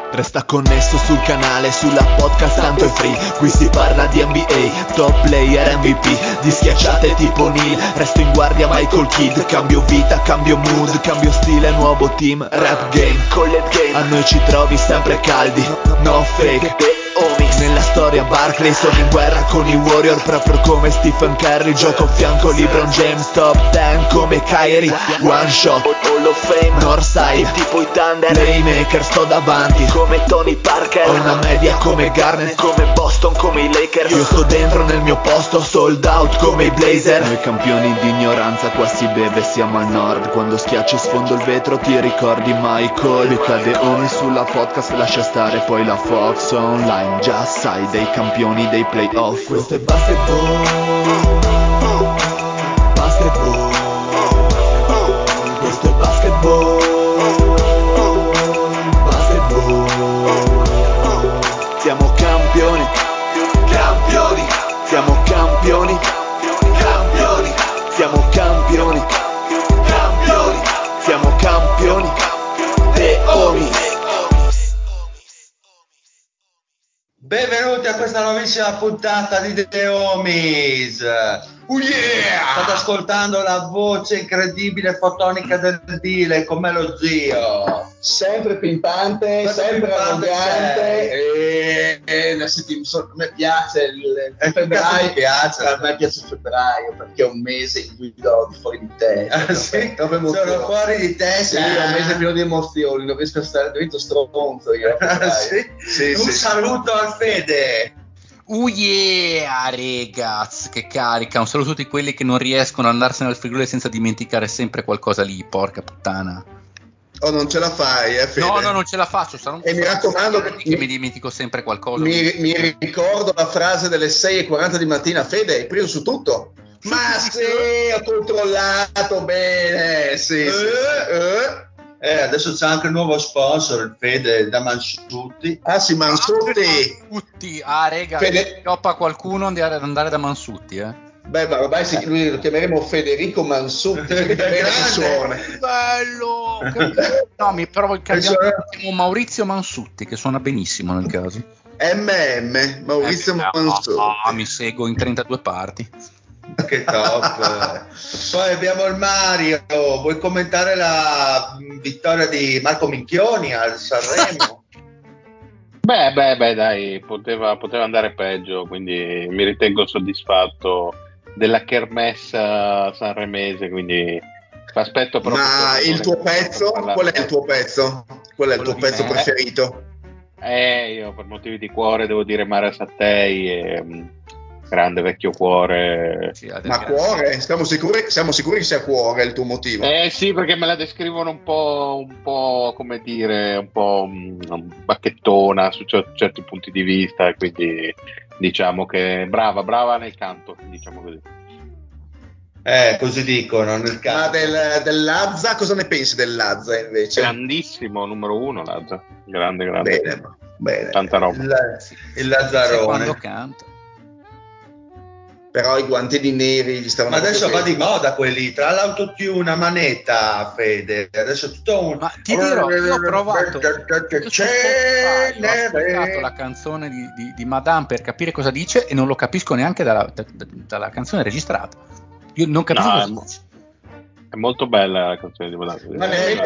Resta connesso sul canale, sulla podcast tanto è free. Qui si parla di NBA, top player MVP, di schiacciate tipo Neil. Resto in guardia Michael Kidd. Cambio vita, cambio mood, cambio stile, nuovo team. Rap game, collet game, a noi ci trovi sempre caldi. No fake, nella storia Barkley, sono in guerra con i Warrior proprio come Stephen Curry. Gioco a fianco LeBron James, top 10 come Kyrie. One shot, Hall of Fame, Northside, tipo i Thunder. Playmaker, sto davanti come Tony Parker. Ho una media come Garnett, come Boston, come i Lakers. Io sto dentro nel mio posto, sold out come i Blazer. Noi campioni di ignoranza, qua si beve, siamo al nord. Quando schiacci sfondo il vetro ti ricordi Michael. Mi cade Omi sulla podcast, lascia stare poi la Fox online. Già sai, dei campioni dei playoff. Questo è basketball, basketball. Questo è basketball, basketball. Siamo campioni, campioni. Siamo campioni, campioni. Siamo campioni, campioni. Siamo campioni. The Homies. Benvenuti a questa nuovissima puntata di The Homies. Oh yeah! State ascoltando la voce incredibile e fotonica del Dile, come lo zio. Sempre pimpante, sempre arrogante. A me piace il febbraio. A me piace il febbraio perché è un mese in cui do fuori di testa. Sì? Sono fuori di testa. Sì, è un mese pieno di emozioni, non riesco a stare dentro stronzo io. Sì? Un saluto al Fede. Yeah, ragazzi, che carica. Un saluto a tutti quelli che non riescono ad andarsene al frigo senza dimenticare sempre qualcosa lì, porca puttana. Oh, non ce la fai, Fede? No, non ce la faccio. E mi raccomando che mi dimentico sempre qualcosa. Mi ricordo la frase delle 6:40 di mattina. Fede, hai preso su tutto? Ma sì, ho controllato bene. Sì. Adesso c'è anche il nuovo sponsor, il Fede da Mansutti. Ah sì, Mansutti. Rega, troppa qualcuno ad andare da Mansutti, Beh, ma ormai lui lo chiameremo Federico Mansutti. Che bello! No, mi provo il cambiare. Chiamo Maurizio Mansutti, che suona benissimo nel caso. Maurizio Mansutti. Mi seguo in 32 parti. Che top. Poi abbiamo il Mario. Vuoi commentare la vittoria di Marco Minchioni al Sanremo? Beh, dai, poteva andare peggio, quindi mi ritengo soddisfatto della kermesse sanremese, quindi aspetto proprio. Ma il tuo pezzo? Qual è il tuo pezzo? Qual è il tuo pezzo preferito? Io per motivi di cuore devo dire Mara Sattei, grande vecchio cuore. Ma cuore? Siamo sicuri che sia cuore il tuo motivo? Sì, perché me la descrivono un po' come dire, un po' bacchettona su certi punti di vista, e quindi diciamo che brava nel canto, diciamo così. Così dicono nel canto. Ma del Lazza, cosa ne pensi del Lazza invece? Grandissimo, numero uno Lazza, grande. Bene. Tanta roba. Il Lazzarone. Quando canta. Però i guantini neri gli stavano. Ma adesso va di moda quelli tra l'autotune, manetta, Fede. Adesso è tutto un. Ma ti dirò, io ho provato. Ho ascoltato la canzone di Madame per capire cosa dice e non lo capisco neanche dalla canzone registrata. Io non capisco cosa dice. È molto bella la canzone di Madame. Ma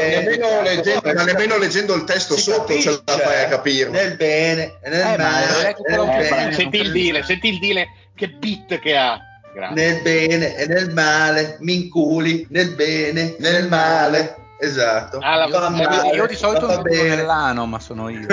nemmeno leggendo il testo sotto ce la fai a capirlo. Nel bene e nel male. Senti il Dile, che beat che ha. Grande. Nel bene e nel male, minculi, nel bene, nel male. Esatto. Io di solito non sono nell'ano, ma sono io.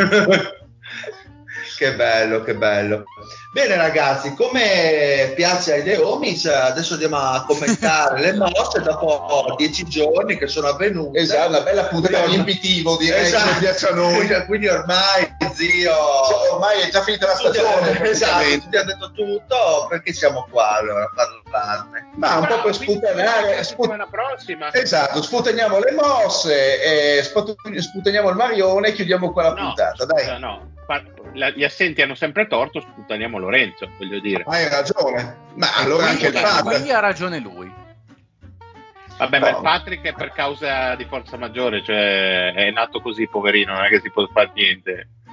Che bello. Bene ragazzi, come piace ai The Homies, adesso andiamo a commentare le mosse dopo 10 giorni che sono avvenute. Esatto, una bella puntata riempitivo, direi, esatto. Che piace a noi. Quindi ormai, zio, ormai è già finita la stagione. Esatto, ti ha detto tutto, perché siamo qua allora a parlarne? Ma un po' per sputtanare. La settimana prossima. Esatto, sputtaniamo le mosse, sputtaniamo il Marione e chiudiamo qua la puntata, dai. No. Gli assenti hanno sempre torto, sputtaniamo Lorenzo, voglio dire. Hai ragione, ma allora anche il padre. Qui ha ragione lui. Vabbè, ma il Patrick è per causa di forza maggiore, cioè è nato così, poverino, non è che si può fare niente.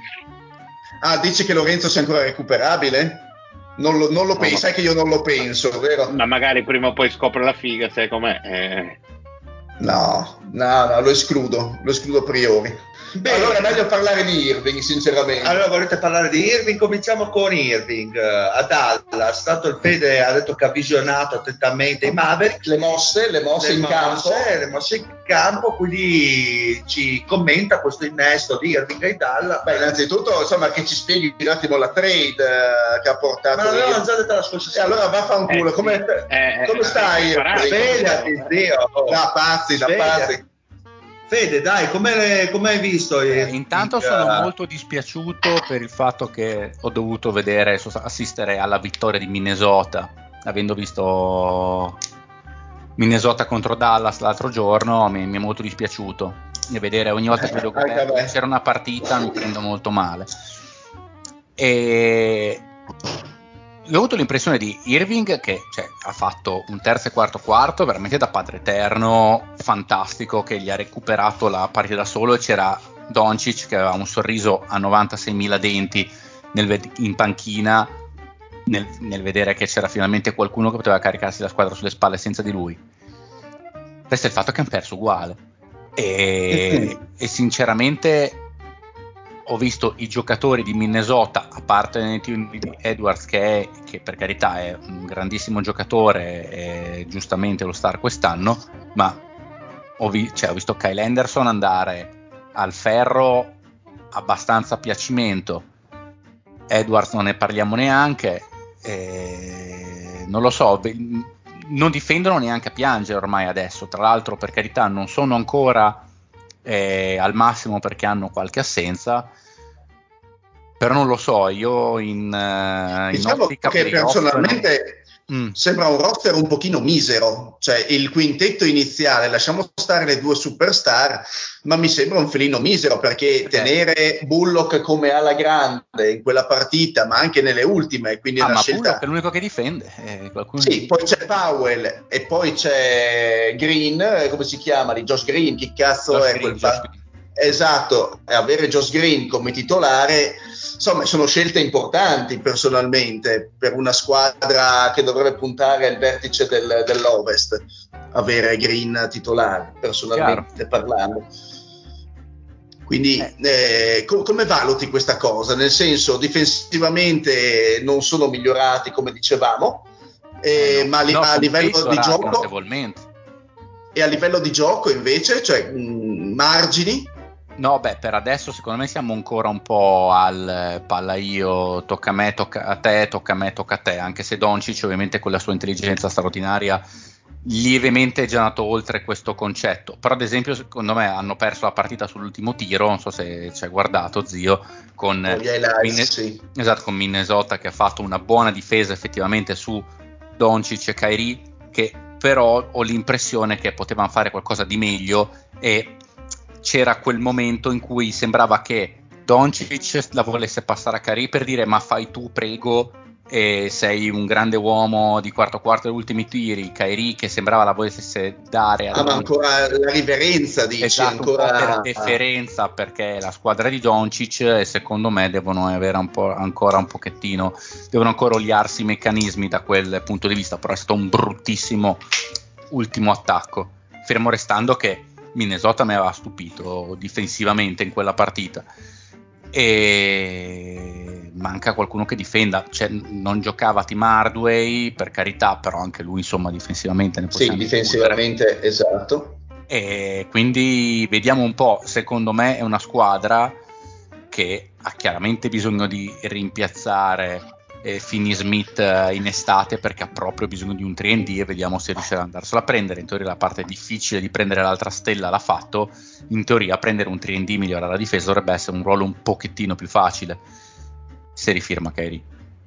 Ah, dici che Lorenzo sia ancora recuperabile? Non lo pensi, sai che io non lo penso, vero? Ma magari prima o poi scopre la figa, sai com'è? No, lo escludo a priori. Bene. Allora è meglio parlare di Irving, sinceramente. Allora volete parlare di Irving? Cominciamo con Irving. A Dallas, stato il Fede ha detto che ha visionato attentamente i Mavericks. Le mosse in campo. Le mosse in campo, quindi ci commenta questo innesto di Irving ai Dallas. Beh, innanzitutto, insomma, che ci spieghi un attimo la trade che ha portato. Ma l'avevamo già detto la scorsa settimana. Allora vaffanculo, come stai? Svegliati, zio. Da pazzi. Fede, dai, come hai visto? Intanto sono molto dispiaciuto per il fatto che ho dovuto assistere alla vittoria di Minnesota, avendo visto Minnesota contro Dallas l'altro giorno, mi è molto dispiaciuto. E vedere ogni volta che vedo che c'era una partita mi prendo molto male. E ho avuto l'impressione di Irving che ha fatto un terzo e quarto veramente da padre eterno, fantastico, che gli ha recuperato la partita da solo, e c'era Doncic che aveva un sorriso a 96.000 denti in panchina nel vedere che c'era finalmente qualcuno che poteva caricarsi la squadra sulle spalle senza di lui. Questo è il fatto che hanno perso uguale e sinceramente ho visto i giocatori di Minnesota, a parte Anthony Edwards che per carità è un grandissimo giocatore e giustamente lo star quest'anno, ma ho visto Kyle Anderson andare al ferro abbastanza a piacimento, Edwards non ne parliamo neanche, non lo so, non difendono neanche a piangere ormai adesso, tra l'altro per carità non sono ancora al massimo perché hanno qualche assenza, però non lo so, io diciamo ottica che personalmente sembra un roster un pochino misero, cioè il quintetto iniziale, lasciamo stare le due superstar, ma mi sembra un felino misero perché tenere Bullock come ala grande in quella partita, ma anche nelle ultime, quindi è una scelta. Bullock è l'unico che difende. Sì, poi c'è Powell e poi c'è Green, come si chiama? Di Josh Green, chi cazzo è quel Esatto, avere Josh Green come titolare, insomma, sono scelte importanti personalmente per una squadra che dovrebbe puntare al vertice dell'Ovest, avere Green titolare, personalmente parlando. Quindi come valuti questa cosa? Nel senso, difensivamente non sono migliorati come dicevamo, ma a livello di gioco notevolmente. E a livello di gioco invece, cioè margini? No, per adesso secondo me siamo ancora un po' al palla io, tocca a me, tocca a te, tocca a me, tocca a te, anche se Doncic ovviamente con la sua intelligenza straordinaria lievemente è già andato oltre questo concetto, però ad esempio secondo me hanno perso la partita sull'ultimo tiro, non so se ci hai guardato zio, con Minnesota che ha fatto una buona difesa effettivamente su Doncic e Kyrie, che però ho l'impressione che potevano fare qualcosa di meglio e c'era quel momento in cui sembrava che Doncic la volesse passare a Kyrie per dire ma fai tu prego, e sei un grande uomo di quarto degli ultimi tiri, Kyrie che sembrava la volesse dare ma ancora la riverenza dici, esatto, ancora un po' per deferenza perché la squadra di Doncic e secondo me devono avere ancora un pochettino, devono ancora oliarsi i meccanismi da quel punto di vista, però è stato un bruttissimo ultimo attacco, fermo restando che Minnesota mi aveva stupito difensivamente in quella partita e manca qualcuno che difenda, non giocava Tim Hardaway per carità, però anche lui insomma difensivamente ne possiamo difensivamente esatto, e quindi vediamo un po', secondo me è una squadra che ha chiaramente bisogno di rimpiazzare Finney Smith in estate perché ha proprio bisogno di un 3&D e vediamo se riuscirà ad andarsela a prendere. In teoria la parte difficile di prendere l'altra stella l'ha fatto, in teoria prendere un 3&D migliorare la difesa dovrebbe essere un ruolo un pochettino più facile se rifirma Kyrie.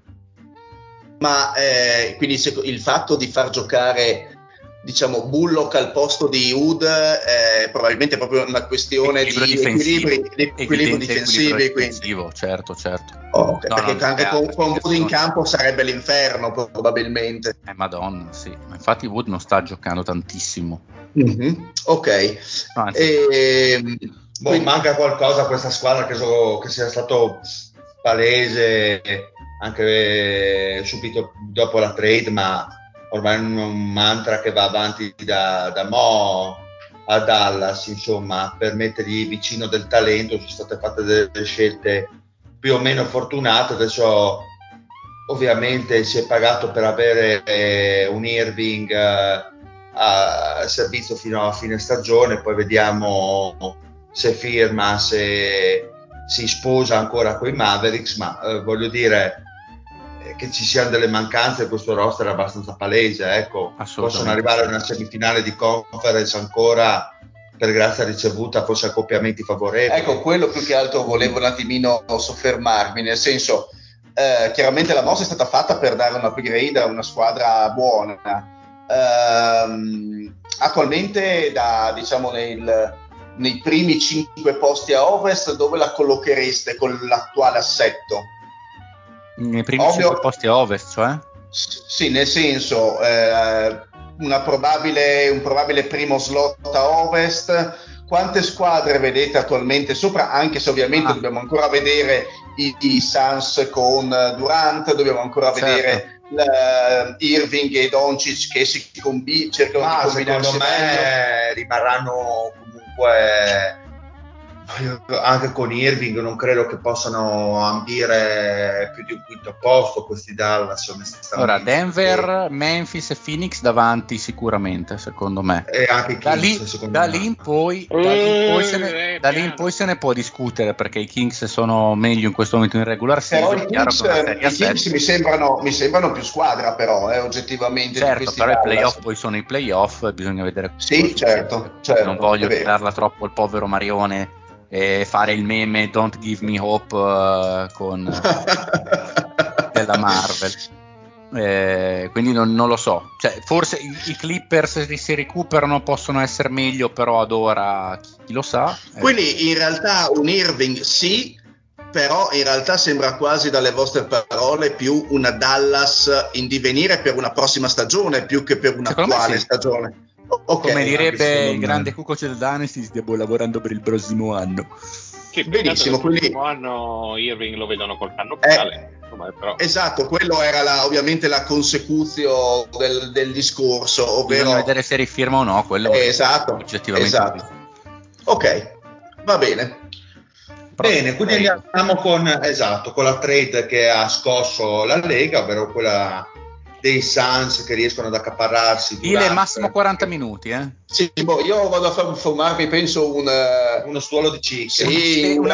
Ma quindi il fatto di far giocare diciamo Bullock al posto di Hood è probabilmente proprio una questione di equilibrio difensivo, certo. Perché anche con Wood in campo sarebbe l'inferno probabilmente. Madonna, sì, ma infatti Wood non sta giocando tantissimo. Ok. Manca qualcosa a questa squadra che sia stato palese anche subito dopo la trade, ma ormai è un mantra che va avanti da mo' a Dallas, insomma, per mettergli vicino del talento. Sono state fatte delle scelte più o meno fortunate. Adesso ovviamente si è pagato per avere un Irving a servizio fino a fine stagione, poi vediamo se firma, se si sposa ancora con i Mavericks, ma voglio dire che ci siano delle mancanze, questo roster è abbastanza palese, ecco. Possono arrivare a una semifinale di conference ancora per grazia ricevuta, forse accoppiamenti favorevoli. Ecco, quello più che altro volevo un attimino soffermarmi, nel senso, chiaramente la mossa è stata fatta per dare un upgrade a una squadra buona. Attualmente diciamo nei primi 5 posti a Ovest, dove la collochereste con l'attuale assetto? Nei primi 5 posti a Ovest, cioè? Sì, nel senso, un probabile primo slot a Ovest. Quante squadre vedete attualmente sopra? Anche se ovviamente dobbiamo ancora vedere i Suns con Durant, dobbiamo ancora vedere Irving e Doncic che cercano di combinarsi. Secondo me rimarranno comunque, anche con Irving non credo che possano ambire più di un quinto posto questi Dallas, onestamente. Ora Denver, Memphis e Phoenix davanti sicuramente, secondo me. E anche Kings, da lì in poi se ne può discutere, perché i Kings sono meglio in questo momento in regular season. Però i Kings mi sembrano più squadra, però oggettivamente. Certo, però i playoff poi sono i playoff, bisogna vedere. Sì, certo. Non voglio tirarla troppo il povero Marione e fare il meme Don't Give Me Hope della Marvel, quindi non lo so, cioè, forse i Clippers si recuperano, possono essere meglio, però ad ora chi lo sa. Quindi in realtà un Irving sì, però in realtà sembra quasi dalle vostre parole più una Dallas in divenire per una prossima stagione più che per un'attuale stagione. Okay, come direbbe il grande Kukoc del Dynasty, stiamo lavorando per il prossimo anno. Sì, benissimo. Il prossimo anno Irving lo vedono col canno finale. Però. Esatto, quello era ovviamente la consecuzione del discorso, ovvero bisogna vedere se rifirma o no, quello oggettivamente. Esatto. Ok, va bene. Bene, quindi andiamo con la trade che ha scosso la Lega, ovvero quella dei Suns che riescono ad accaparrarsi massimo 40 minuti. Sì, io vado a formarmi, penso uno stuolo di cicche. Sì, un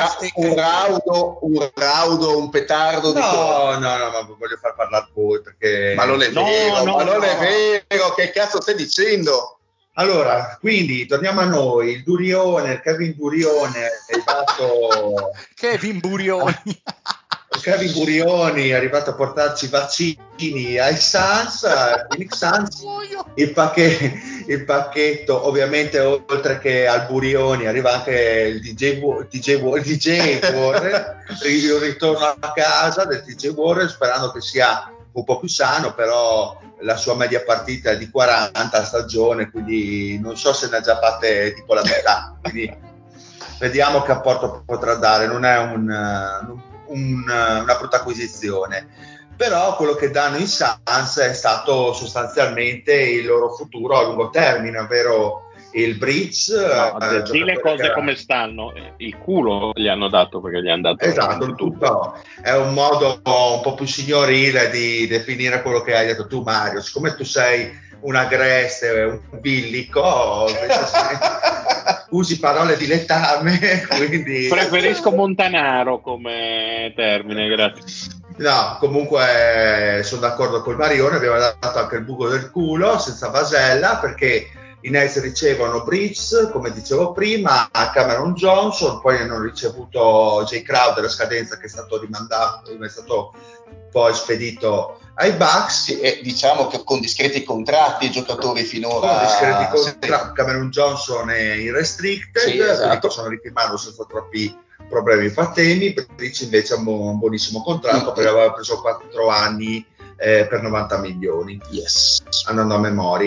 raudo, un petardo. No, ma voglio far parlare voi, perché ma non è vero, che cazzo stai dicendo? Allora, quindi torniamo a noi, il Durione, Kevin Durione è arrivato. Kevin Burioni. Kevin Burioni è arrivato a portarci vaccini ai Suns, Phoenix Suns. Il pacchetto, ovviamente, oltre che al Burioni, arriva anche il DJ Warren, il ritorno a casa del DJ Warren, sperando che sia un po' più sano, però la sua media partita è di 40 a stagione, quindi non so se ne ha già fatte tipo la metà, quindi vediamo che apporto potrà dare. Non è una brutta acquisizione, però quello che danno i Suns è stato sostanzialmente il loro futuro a lungo termine, ovvero il bridge. Di le cose come stanno, il culo gli hanno dato, perché gli hanno dato tutto. È un modo un po' più signorile di definire quello che hai detto tu, Mario. Siccome tu sei un agreste, un billico, usi parole di letame, quindi preferisco Montanaro come termine, grazie. No, comunque sono d'accordo col Marione, abbiamo dato anche il buco del culo senza vasella, perché i Nets ricevono Bridges, come dicevo prima, a Cameron Johnson, poi hanno ricevuto Jay Crowder, la scadenza che è stato rimandato, è stato poi spedito ai Bucks. E diciamo che con discreti contratti i giocatori finora. Cameron Johnson è in restricted, sì, esatto. Possono rifirmarlo senza troppi problemi. Fatemi, Bridges invece ha un buonissimo contratto, perché aveva preso 4 anni per 90 milioni, yes, andando a memoria.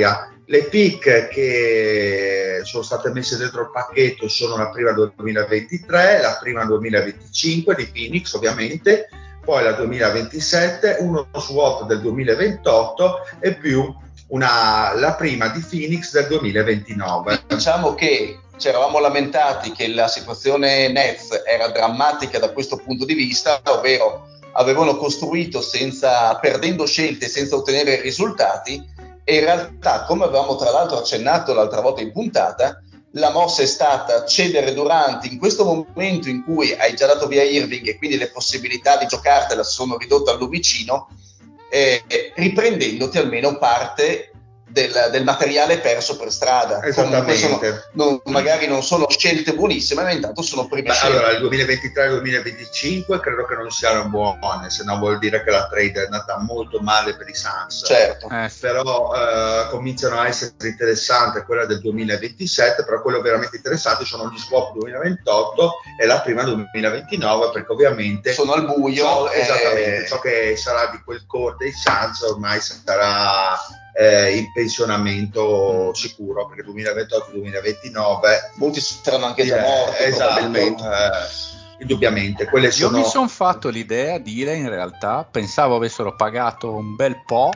Le pick che sono state messe dentro il pacchetto sono la prima 2023, la prima 2025 di Phoenix ovviamente, poi la 2027, uno swap del 2028 e più la prima di Phoenix del 2029. Diciamo che ci eravamo lamentati che la situazione Nets era drammatica da questo punto di vista, ovvero avevano costruito perdendo scelte senza ottenere risultati, e in realtà, come avevamo tra l'altro accennato l'altra volta in puntata, la mossa è stata cedere Durant in questo momento in cui hai già dato via Irving e quindi le possibilità di giocartela sono ridotte al lumicino, riprendendoti almeno parte del materiale perso per strada. Esattamente. Magari non sono scelte buonissime, ma intanto sono prime scelte. Allora, il 2023-2025 credo che non siano buone, se no vuol dire che la trade è andata molto male per i Suns. Certo. Però cominciano a essere interessanti quella del 2027, però quello veramente interessante sono gli swap 2028 e la prima 2029, perché ovviamente sono al buio. Esattamente, ciò che sarà di quel core dei Suns ormai sarà il pensionamento sicuro, perché 2028-2029 molti saranno anche già morti, probabilmente. Indubbiamente io mi sono fatto l'idea di dire, in realtà pensavo avessero pagato un bel po',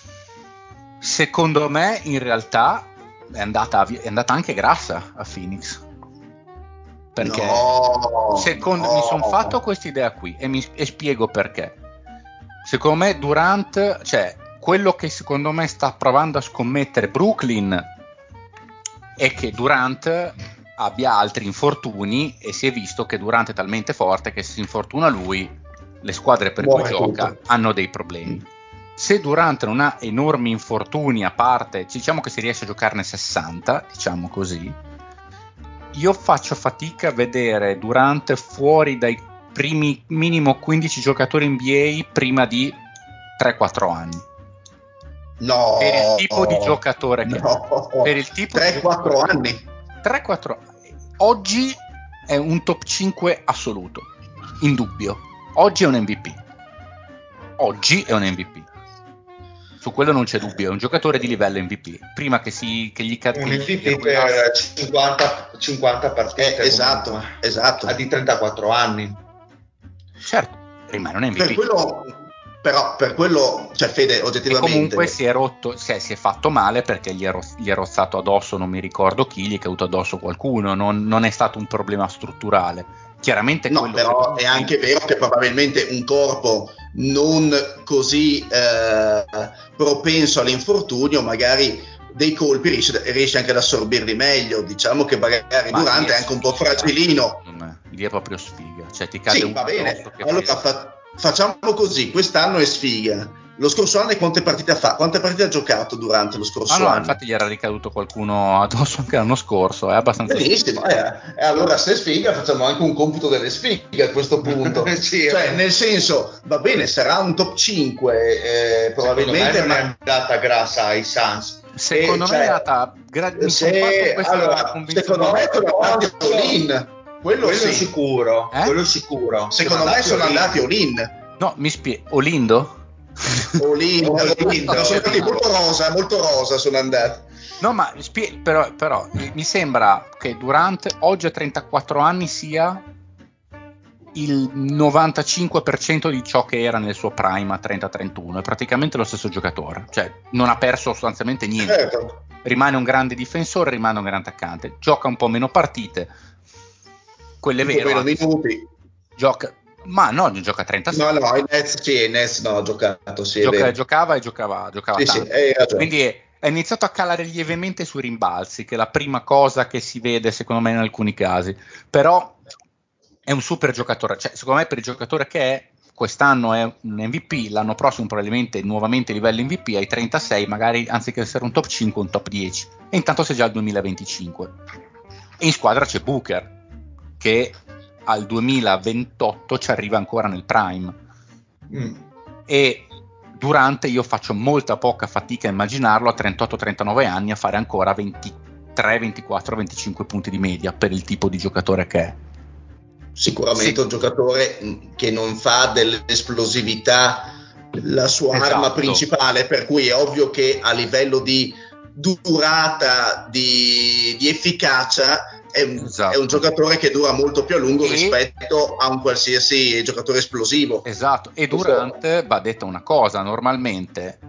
secondo me in realtà è andata anche grassa a Phoenix, perché mi sono fatto questa idea qui e spiego perché. Secondo me Durant, cioè quello che secondo me sta provando a scommettere Brooklyn è che Durant abbia altri infortuni, e si è visto che Durant è talmente forte che se si infortuna lui, le squadre per cui gioca hanno dei problemi. Se Durant non ha enormi infortuni, a parte, diciamo che si riesce a giocarne 60, diciamo così, io faccio fatica a vedere Durant fuori dai primi minimo 15 giocatori NBA prima di 3-4 anni. No, per il tipo di giocatore che è. Per il tipo 3-4 anni. 3-4 oggi è un top 5 assoluto, indubbio. Oggi è un MVP. Su quello non c'è dubbio, è un giocatore di livello MVP. Prima che gli cadi un MVP per 50 partite. Esatto. Ha di 34 anni. Certo, rimane un MVP. Per quello, cioè Fede, oggettivamente. E comunque si è rotto, si è fatto male perché gli è rozzato addosso, non mi ricordo chi, gli è caduto addosso qualcuno, non è stato un problema strutturale. Chiaramente no, però è anche vero che probabilmente un corpo non così propenso all'infortunio magari dei colpi riesce anche ad assorbirli meglio. Diciamo che magari Durant è anche un po' fragilino. Lì è proprio sfiga, cioè ti cade un va bene. che allora facciamo così, quest'anno è sfiga. Lo scorso anno quante partite ha giocato Durant lo scorso anno? No, infatti gli era ricaduto qualcuno addosso anche l'anno scorso, è abbastanza benissimo. E allora se è sfiga facciamo anche un computo delle sfighe a questo punto. Sì, cioè nel senso, va bene, sarà un top 5 probabilmente, ma è andata grassa ai Suns. Secondo me è andata secondo me sono andati all-in. Quello sì. Sicuro. Quello sicuro. Secondo me sono andati all-in. No, mi spiego. Olindo? All-in. Sono andati molto rosa sono andati. No, ma però mi sembra che Durant oggi a 34 anni sia il 95% di ciò che era nel suo prime a 30-31, è praticamente lo stesso giocatore, cioè non ha perso sostanzialmente niente. Certo. Rimane un grande difensore, rimane un grande attaccante, gioca un po' meno partite, quelle vere, meno minuti. Gioca 36. No, i Nets no, ha giocato, sì, giocava sì, tanto. Quindi è iniziato a calare lievemente sui rimbalzi, che è la prima cosa che si vede secondo me in alcuni casi, però è un super giocatore, cioè secondo me per il giocatore che è, quest'anno è un MVP, l'anno prossimo probabilmente nuovamente livello MVP, ai 36 magari anziché essere un top 5 un top 10, e intanto sei già al 2025 e in squadra c'è Booker che al 2028 ci arriva ancora nel prime. E Durant io faccio molta poca fatica a immaginarlo a 38-39 anni a fare ancora 23, 24, 25 punti di media per il tipo di giocatore che è. Sicuramente un giocatore che non fa dell'esplosività la sua arma principale, per cui è ovvio che a livello di durata di efficacia è un giocatore che dura molto più a lungo rispetto a un qualsiasi giocatore esplosivo. Esatto, e Durant va detta una cosa, normalmente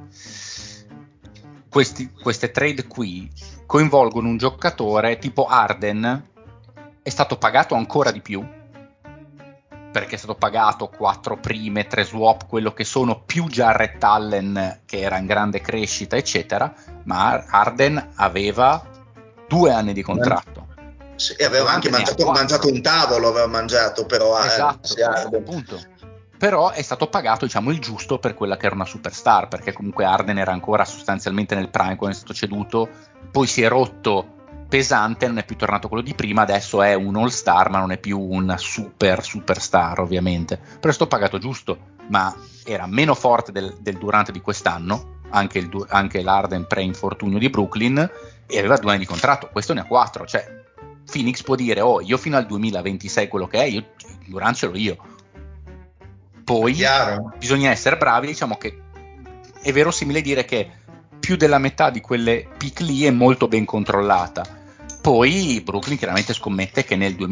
queste trade qui coinvolgono un giocatore tipo Harden, è stato pagato ancora di più, perché è stato pagato 4 prime, 3 swap, quello che sono, più Jarrett Allen che era in grande crescita eccetera, ma Harden aveva 2 anni di contratto. Sì, aveva anche mangiato un tavolo, aveva mangiato però. Esatto, appunto. Però è stato pagato, diciamo, il giusto per quella che era una superstar, perché comunque Harden era ancora sostanzialmente nel prime quando è stato ceduto, poi si è rotto pesante, non è più tornato quello di prima, adesso è un all-star ma non è più un superstar ovviamente, però è stato pagato giusto, ma era meno forte del Durant di quest'anno, anche l'Harden pre-infortunio di Brooklyn, e aveva 2 anni di contratto, questo ne ha 4, cioè Phoenix può dire io fino al 2026 quello che è, io Durant ce l'ho io. Poi bisogna essere bravi, diciamo che è verosimile dire che più della metà di quelle pick lì è molto ben controllata. Poi Brooklyn chiaramente scommette che nel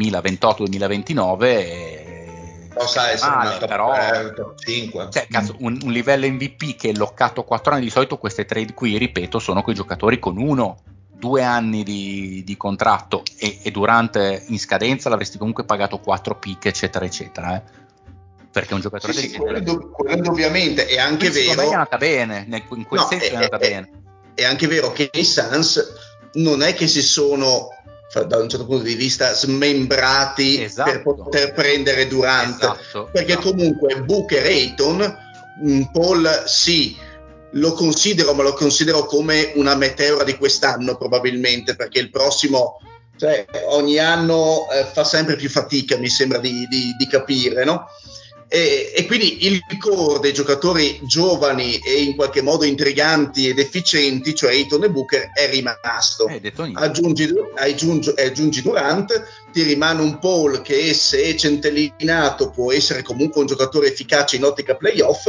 2028-2029 possa essere male, però top 5. Cioè, cazzo, un livello MVP che è loccato 4 anni, di solito queste trade qui, ripeto, sono quei giocatori con 1-2 anni di contratto, e Durant in scadenza l'avresti comunque pagato 4 pick eccetera eccetera, perché un giocatore del genere, quello indubbiamente è anche vero. Secondo me è andata bene, in quel senso è andata bene. È anche vero che i Suns non è che si sono, da un certo punto di vista, smembrati, esatto, per poter prendere Durant, perché comunque Booker e Ayton, Paul sì, lo considero, ma lo considero come una meteora di quest'anno probabilmente, perché il prossimo, cioè ogni anno fa sempre più fatica, mi sembra di capire, no? E quindi il core dei giocatori giovani e in qualche modo intriganti ed efficienti, cioè Ayton e Booker, è rimasto. Aggiungi Durant, ti rimane un Paul che, se è centellinato, può essere comunque un giocatore efficace in ottica playoff,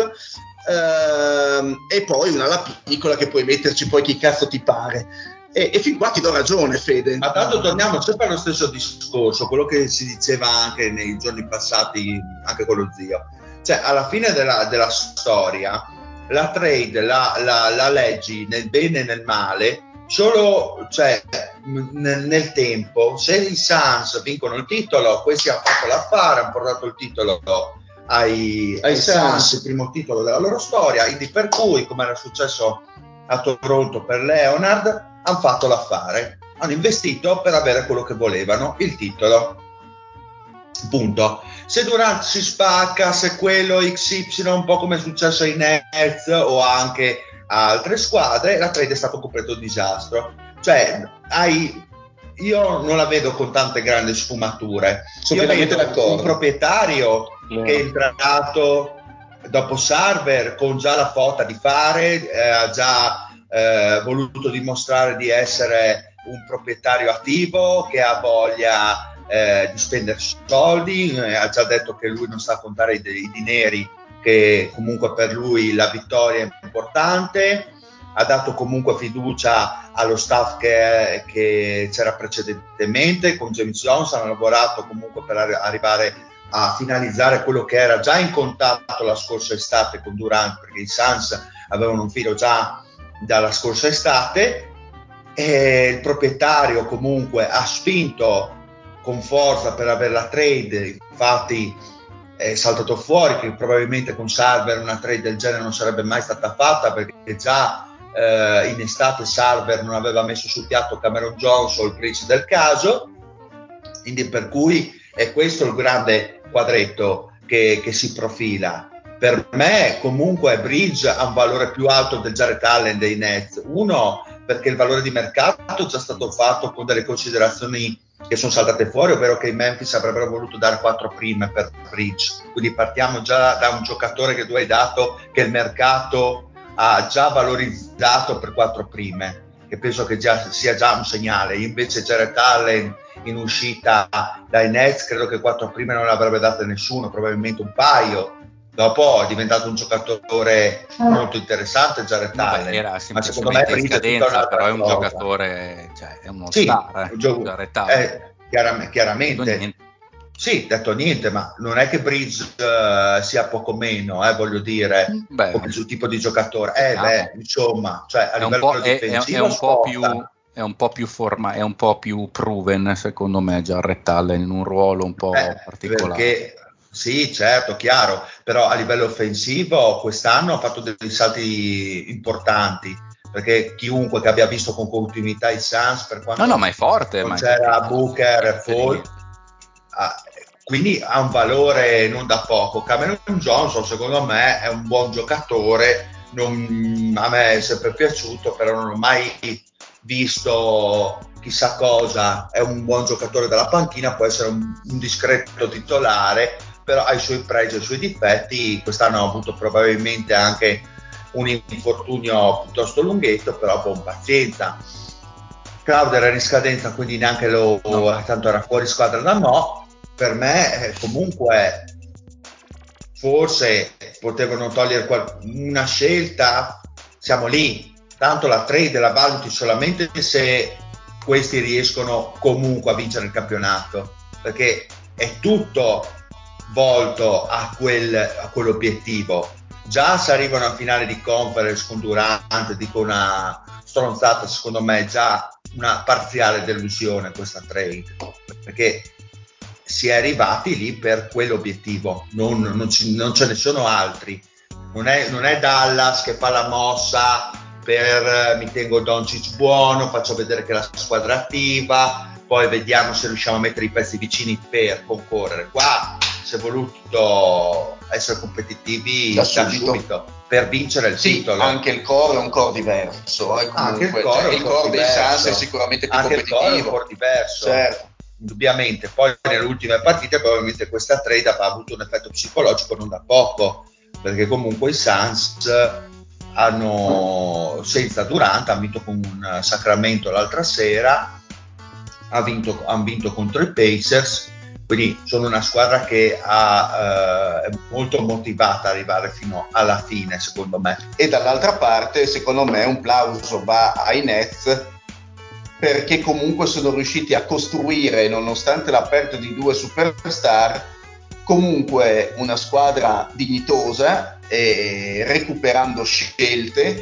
e poi una alla piccola che puoi metterci poi chi cazzo ti pare. E fin qua ti do ragione, Fede. Ma tanto torniamo sempre allo stesso discorso, quello che si diceva anche nei giorni passati, anche con lo zio. Cioè, alla fine della storia, la trade la leggi nel bene e nel male solo, cioè, nel tempo. Se i Suns vincono il titolo, questi hanno fatto l'affare, hanno portato il titolo ai Suns, il primo titolo della loro storia, quindi per cui, come era successo a Toronto per Leonard, hanno fatto l'affare, hanno investito per avere quello che volevano, il titolo, punto. Se Durant si spacca, se quello XY, un po' come è successo ai Nets o anche a altre squadre, la trade è stato un completo disastro. Cioè, io non la vedo con tante grandi sfumature. Io vedo un proprietario che è entrato dopo Sarver con già la fotta di fare, ha già voluto dimostrare di essere un proprietario attivo che ha voglia di spendere soldi, ha già detto che lui non sa contare i dineri, che comunque per lui la vittoria è importante, ha dato comunque fiducia allo staff che c'era precedentemente. Con James Johnson ha lavorato comunque per arrivare a finalizzare quello che era già in contatto la scorsa estate con Durant, perché i Suns avevano un filo già dalla scorsa estate, e il proprietario comunque ha spinto con forza per avere la trade. Infatti è saltato fuori che probabilmente con Sarver una trade del genere non sarebbe mai stata fatta, perché già in estate Sarver non aveva messo sul piatto Cameron Johnson, il Prince del caso, quindi per cui è questo il grande quadretto che si profila. Per me comunque Bridge ha un valore più alto del Jarrett Allen dei Nets. Uno, perché il valore di mercato è già stato fatto con delle considerazioni che sono saltate fuori, ovvero che i Memphis avrebbero voluto dare 4 prime per Bridge. Quindi partiamo già da un giocatore che tu hai dato, che il mercato ha già valorizzato per 4 prime, che penso che sia già un segnale. Invece Jarrett Allen in uscita dai Nets credo che 4 prime non le avrebbe date nessuno, probabilmente un paio, Dopo è diventato un giocatore molto interessante Jarrett Allen. Era Ma secondo me semplicemente in scadenza, però è un cosa. giocatore, cioè è uno Sì, star, Jarrett Allen. chiaramente. Sì, detto niente, ma non è che Bridge sia poco meno, voglio dire, come il suo tipo di giocatore. Insomma, cioè a livello difensivo è un po' più proven, secondo me, Jarrett Allen in un ruolo un po' particolare. Perché sì, certo, chiaro, però a livello offensivo quest'anno ha fatto dei salti importanti, perché chiunque che abbia visto con continuità i Suns, per quanto ma è forte, non c'era Booker e Paul, quindi ha un valore non da poco. Cameron Johnson secondo me è un buon giocatore, a me è sempre piaciuto, però non ho mai visto chissà cosa. È un buon giocatore dalla panchina, può essere un discreto titolare, però ha i suoi pregi e i suoi difetti. Quest'anno ha avuto probabilmente anche un infortunio piuttosto lunghetto, però con pazienza. Crowder era in scadenza, quindi neanche tanto era fuori squadra da no. Per me comunque forse potevano togliere una scelta, siamo lì, tanto la trade la valuti solamente se questi riescono comunque a vincere il campionato, perché è tutto volto a quell'obiettivo. Già se arrivano a finale di conference con Durant, dico una stronzata, secondo me è già una parziale delusione questa trade, perché si è arrivati lì per quell'obiettivo, non ce ne sono altri. Non è Dallas che fa la mossa per mi tengo Doncic buono, faccio vedere che la squadra è attiva, poi vediamo se riusciamo a mettere i pezzi vicini per concorrere. Qua si è voluto essere competitivi da subito per vincere il titolo. Anche il core è un core diverso. Anche il core dei Suns è sicuramente più competitivo. Anche il core è un core diverso. Certo. Indubbiamente, poi nelle ultime partite probabilmente questa trade ha avuto un effetto psicologico non da poco, perché comunque i Suns hanno, senza Durant, hanno vinto con un Sacramento l'altra sera, hanno vinto contro i Pacers, quindi sono una squadra che è molto motivata ad arrivare fino alla fine, secondo me. E dall'altra parte, secondo me, un plauso va ai Nets, perché comunque sono riusciti a costruire, nonostante la perdita di 2 superstar, comunque una squadra dignitosa, recuperando scelte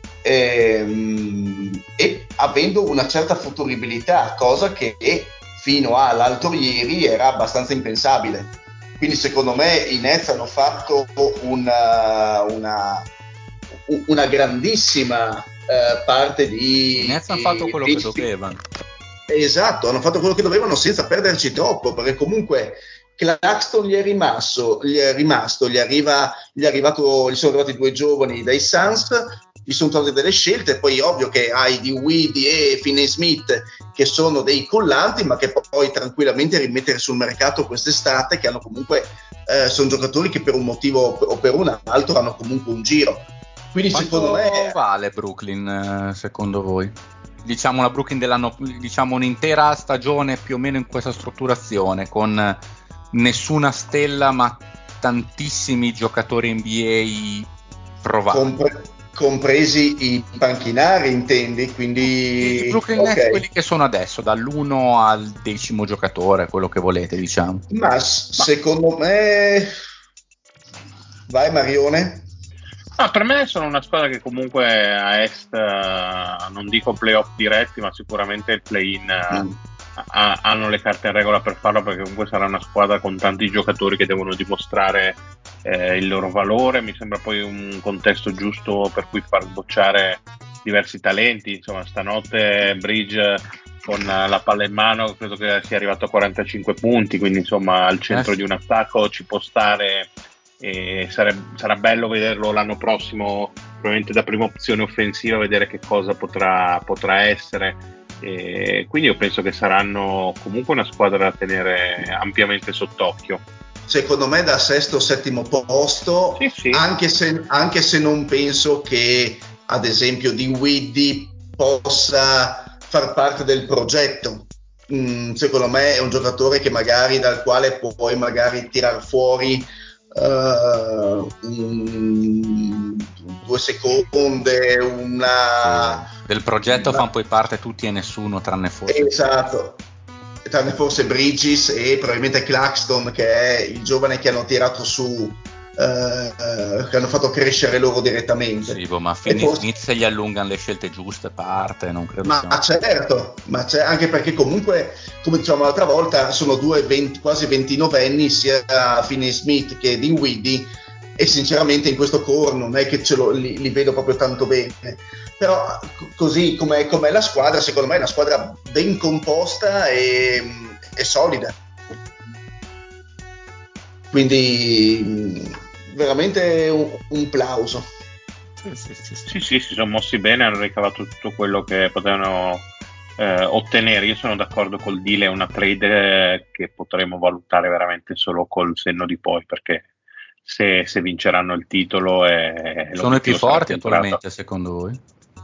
e avendo una certa futuribilità, cosa che fino all'altro ieri era abbastanza impensabile. Quindi secondo me i Nets hanno fatto una grandissima parte di... I Nets hanno fatto quello che dovevano. Esatto, hanno fatto quello che dovevano senza perderci troppo, perché comunque Claxton gli sono arrivati 2 giovani dai Suns, gli sono trovate delle scelte, poi ovvio che hai di Dinwiddie e Finney-Smith che sono dei collanti, ma che puoi tranquillamente rimettere sul mercato quest'estate, che hanno comunque sono giocatori che per un motivo o per un altro hanno comunque un giro. Quindi quanto secondo me vale Brooklyn secondo voi? Diciamo la Brooklyn dell'anno, diciamo un'intera stagione più o meno in questa strutturazione, con nessuna stella ma tantissimi giocatori NBA provati, compresi i panchinari, intendi? Quindi i Brooklyn Nets, quelli che sono adesso, dall'1 al 10° giocatore, quello che volete, diciamo. Ma secondo me, vai Marione. Per me sono una squadra che comunque a Est, non dico playoff diretti, ma sicuramente il play-in hanno le carte in regola per farlo, perché comunque sarà una squadra con tanti giocatori che devono dimostrare il loro valore. Mi sembra poi un contesto giusto per cui far bocciare diversi talenti. Insomma, stanotte Bridge con la palla in mano credo che sia arrivato a 45 punti, quindi insomma al centro di un attacco ci può stare. E sarà bello vederlo l'anno prossimo, probabilmente da prima opzione offensiva, vedere che cosa potrà essere. E quindi io penso che saranno comunque una squadra da tenere ampiamente sott'occhio. Secondo me da 6º o 7° posto, sì. Anche se non penso che ad esempio Dinwiddie possa far parte del progetto. Secondo me è un giocatore che magari dal quale puoi magari tirar fuori 2 seconde, del progetto fanno poi parte tutti e nessuno, tranne forse esatto, tranne forse Bridges e probabilmente Claxton, che è il giovane che hanno tirato su, che hanno fatto crescere loro direttamente. Sì, ma Finney Smith, se gli allungano le scelte giuste, parte, non credo certo, anche perché comunque, come dicevamo l'altra volta, sono quasi 29enni, sia Finney Smith che Dinwiddie, e sinceramente in questo core non è che li vedo proprio tanto bene. Però così com'è la squadra, secondo me è una squadra ben composta e solida. Quindi veramente un plauso. Sì, si sono mossi bene, hanno ricavato tutto quello che potevano ottenere. Io sono d'accordo col deal, è una trade che potremo valutare veramente solo col senno di poi, perché se vinceranno il titolo sono i più forti attualmente, secondo voi?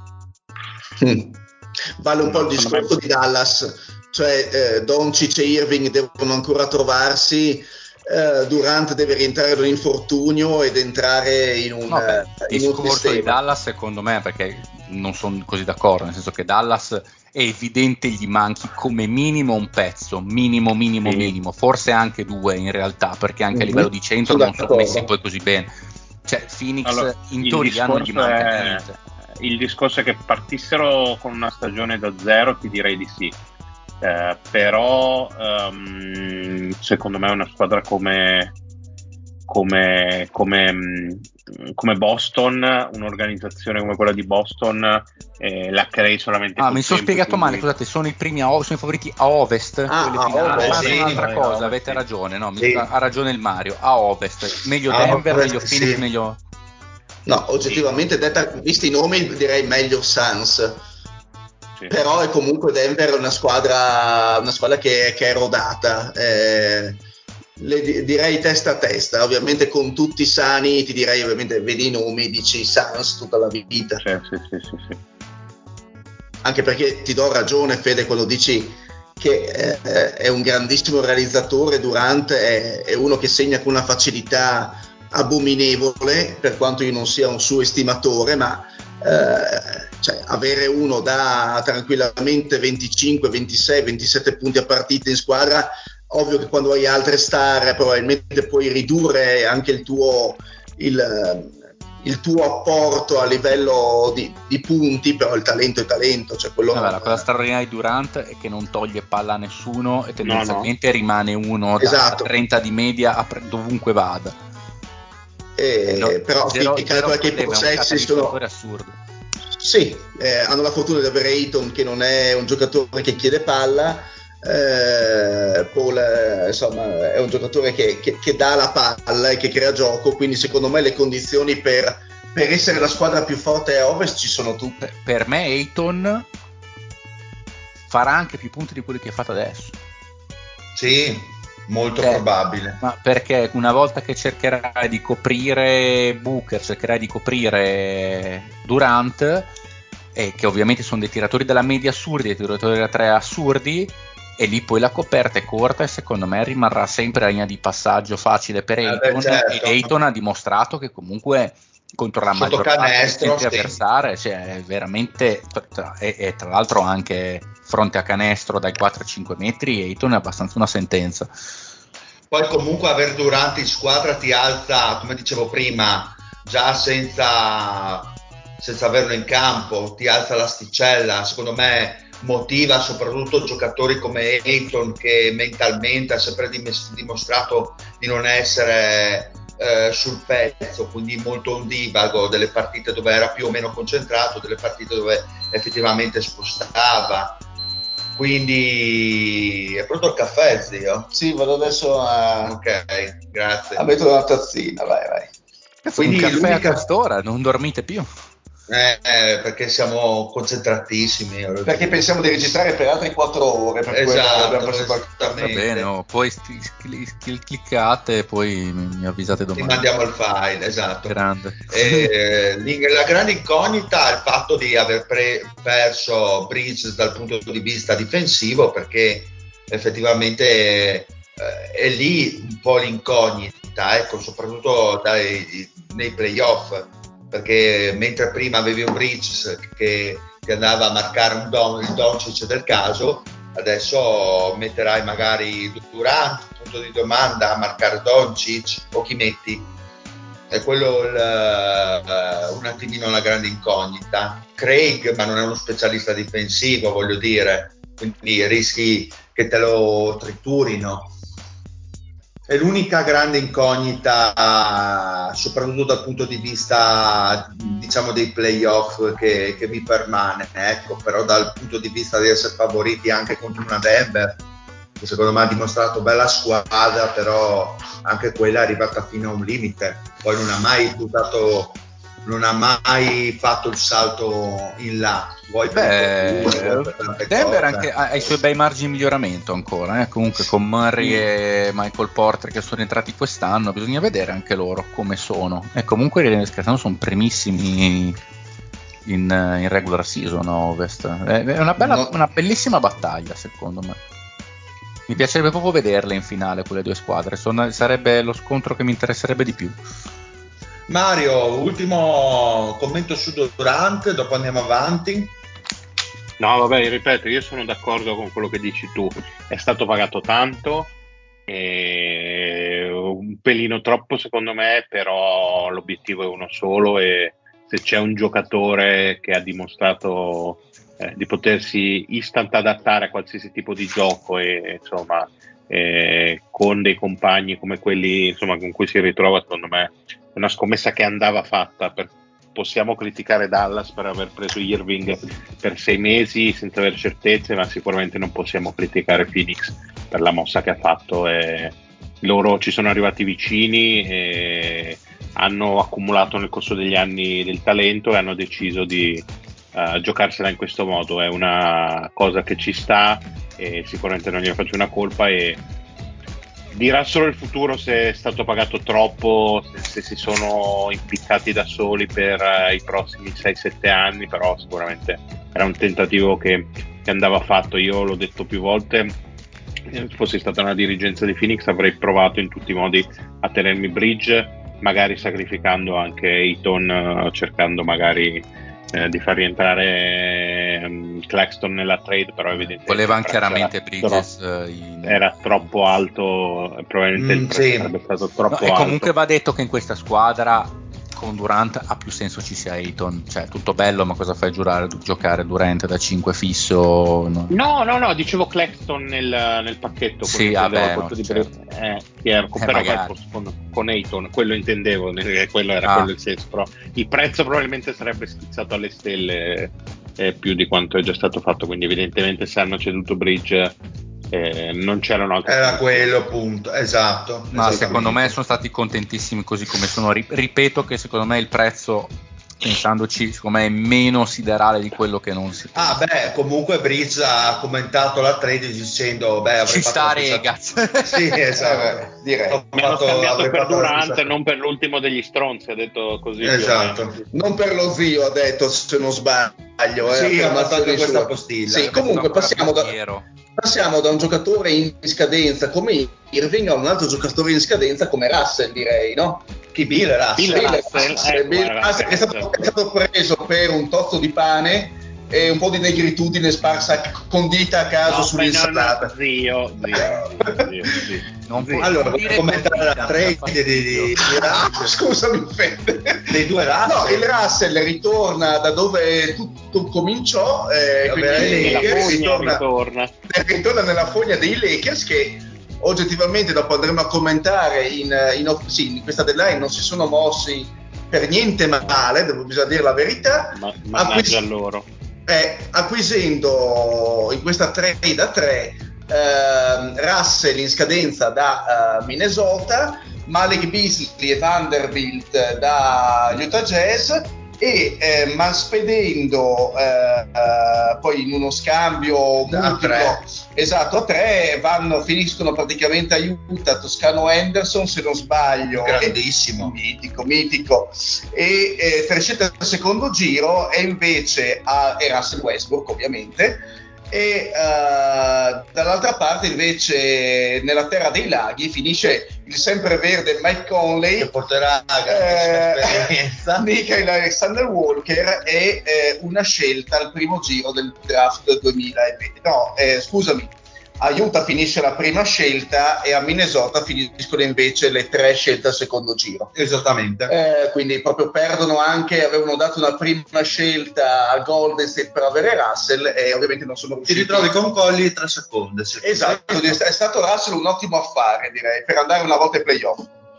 Vale un po' il discorso di Dallas, cioè Doncic e Irving devono ancora trovarsi, Durant deve rientrare da un infortunio ed entrare in un discorso sistema. di Dallas, secondo me, perché non sono così d'accordo, nel senso che Dallas è evidente gli manchi come minimo un pezzo, minimo, forse anche 2 in realtà, perché anche a livello di centro non sono messi poi così bene. Cioè Phoenix in teoria non gli manca niente. Il discorso è che partissero con una stagione da zero, ti direi di sì. Però secondo me una squadra come Boston, un'organizzazione come quella di Boston, la crei solamente mi sono spiegato male, scusate, sono i favoriti a Ovest, quelli finali, ma sono un'altra cosa, avete ragione, no? Ha ragione il Mario, a Ovest, meglio Denver, meglio Phoenix, meglio... No, oggettivamente visti i nomi direi meglio Suns. Sì. Però è comunque Denver una squadra che è rodata, direi testa a testa, ovviamente con tutti sani, ti direi ovviamente vedi i nomi, dici Suns tutta la vita. Sì. Anche perché ti do ragione, Fede, quando dici che è un grandissimo realizzatore. Durant è uno che segna con una facilità abominevole, per quanto io non sia un suo estimatore, ma cioè, avere uno da tranquillamente 25, 26, 27 punti a partita in squadra, ovvio che quando hai altre star probabilmente puoi ridurre anche il tuo apporto a livello di punti, però il talento è talento. Cioè quello la cosa straordinaria di Durant è che non toglie palla a nessuno e tendenzialmente rimane uno esatto. da 30 di media dovunque vada. Però calcola che i possessi sono assurdo. Sì, hanno la fortuna di avere Ayton, che non è un giocatore che chiede palla. Paul insomma è un giocatore che dà la palla e che crea gioco, quindi secondo me le condizioni per essere la squadra più forte a Ovest ci sono tutte. Per me Ayton farà anche più punti di quelli che ha fatto adesso. Sì, molto probabile. Ma perché una volta che cercherà di coprire Booker, cercherà di coprire Durant, e che ovviamente sono dei tiratori della media assurdi, dei tiratori da 3 assurdi, e lì poi la coperta è corta e secondo me rimarrà sempre la linea di passaggio facile per Ayton. Certo. E Ayton ha dimostrato che comunque contro la maggior parte dei centri avversari, cioè veramente, e tra l'altro anche fronte a canestro dai 4-5 metri Ayton è abbastanza una sentenza. Poi comunque aver Durant in squadra ti alza, come dicevo prima, già senza averlo in campo, ti alza l'asticella. Secondo me motiva soprattutto giocatori come Ayton, che mentalmente ha sempre dimostrato di non essere sul pezzo, quindi molto ondivago, delle partite dove era più o meno concentrato, delle partite dove effettivamente spostava. Quindi è pronto il caffè, zio? Sì, vado adesso a... Ok, grazie. A mettere una tazzina, vai. Quindi un caffè a quest'ora, non dormite più? Perché siamo concentratissimi. Perché pensiamo di registrare per altre 4 ore. Per esatto, va bene, poi cliccate e poi mi avvisate domani. Ti mandiamo il file, esatto. Grande. La grande incognita è il fatto di aver perso Bridges dal punto di vista difensivo, perché effettivamente è lì un po' l'incognita. incognita, ecco, soprattutto nei playoff, perché mentre prima avevi un Bridges che andava a marcare il Doncic del caso, adesso metterai magari Durant, punto di domanda, a marcare Doncic, o chi metti? È quello un attimino la grande incognita. Craig, ma non è uno specialista difensivo, voglio dire, quindi rischi che te lo triturino. È l'unica grande incognita, soprattutto dal punto di vista, diciamo, dei playoff che mi permane, ecco. Però dal punto di vista di essere favoriti anche contro una Denver, che secondo me ha dimostrato bella squadra, però anche quella è arrivata fino a un limite, poi non ha mai fatto il salto in là. Denver anche ha i suoi bei margini di miglioramento ancora, comunque con Murray e Michael Porter che sono entrati quest'anno, bisogna vedere anche loro come sono, e comunque scherzando sono primissimi in regular season a Ovest. È una bellissima battaglia, secondo me. Mi piacerebbe proprio vederle in finale quelle due squadre, sarebbe lo scontro che mi interesserebbe di più. Mario, ultimo commento su Durant, dopo andiamo avanti. No, vabbè, ripeto, io sono d'accordo con quello che dici tu, è stato pagato tanto, un pelino troppo secondo me, però l'obiettivo è uno solo, e se c'è un giocatore che ha dimostrato di potersi instant adattare a qualsiasi tipo di gioco, e insomma con dei compagni come quelli, insomma, con cui si ritrova, secondo me è una scommessa che andava fatta. Possiamo criticare Dallas per aver preso Irving per 6 mesi senza avere certezze, ma sicuramente non possiamo criticare Phoenix per la mossa che ha fatto. Loro ci sono arrivati vicini e hanno accumulato nel corso degli anni del talento e hanno deciso di giocarsela in questo modo. È una cosa che ci sta e sicuramente non gliene faccio una colpa, e dirà solo il futuro se è stato pagato troppo, se si sono impiccati da soli per i prossimi 6-7 anni, però sicuramente era un tentativo che andava fatto. Io l'ho detto più volte, se fossi stata una dirigenza di Phoenix avrei provato in tutti i modi a tenermi Bridge, magari sacrificando anche Ayton, cercando magari di far rientrare Claxton nella trade, però evidentemente voleva chiaramente Bridges era troppo alto, probabilmente il prezzo sarebbe stato troppo alto. E comunque va detto che in questa squadra con Durant ha più senso ci sia Ayton, cioè tutto bello, ma cosa fai giocare Durant da 5 fisso? No, dicevo Claxton nel pacchetto. Sì, vabbè, no, però con Ayton, quello intendevo, quello era quello il senso, però il prezzo probabilmente sarebbe schizzato alle stelle più di quanto è già stato fatto, quindi evidentemente se hanno ceduto Bridge non c'erano altre era quello appunto, esatto. Ma secondo me sono stati contentissimi così come sono. Ripeto che secondo me il prezzo, pensandoci, secondo me è meno siderale di quello che non si pensa. Beh, comunque Bridge ha commentato la trade dicendo ci sta Regaz. Sì, esatto. Direi. Mi hanno scambiato per Durant, non per l'ultimo degli stronzi, ha detto così. Esatto. Non per lo zio, ha detto, se non sbaglio. Sì, ha fatto questa postilla. Sì, comunque passiamo da un giocatore in scadenza come Irving a un altro giocatore in scadenza come Russell, direi, no? Chi? Bill Russell. Bill Russell è stato preso per un tozzo di pane e un po' di negritudine sparsa condita a caso sull'insalata. Zio. Allora, commentare la trade di Russell. Scusami, dei due Russell. No, il Russell ritorna da dove tutto cominciò, ritorna nella fogna dei Lakers, che oggettivamente dopo andremo a commentare in questa deadline non si sono mossi per niente male, bisogna dire la verità. Mannaggia loro. Acquisendo in questa trade a 3 Russell in scadenza da Minnesota, Malik Beasley e Vanderbilt da Utah Jazz, e spedendo poi in uno scambio multiplo, esatto, a 3 finiscono praticamente a Utah Toscano Henderson, se non sbaglio, grandissimo, mitico, e 3 scelte al secondo giro, e invece e Russell Westbrook ovviamente, e dall'altra parte invece nella terra dei laghi finisce il sempreverde Mike Conley, che porterà a grandissima esperienza Nickeil Alexander Walker e una scelta al primo giro del draft 2020. Scusami, a Utah finisce la prima scelta e a Minnesota finiscono invece le 3 scelte al secondo giro. Esattamente. Quindi proprio perdono anche, avevano dato una prima scelta a Golden State per avere Russell e ovviamente non sono riusciti. Ti ritrovi con Colli 3 secondi. Esatto, è stato Russell un ottimo affare, direi, per andare una volta ai playoff.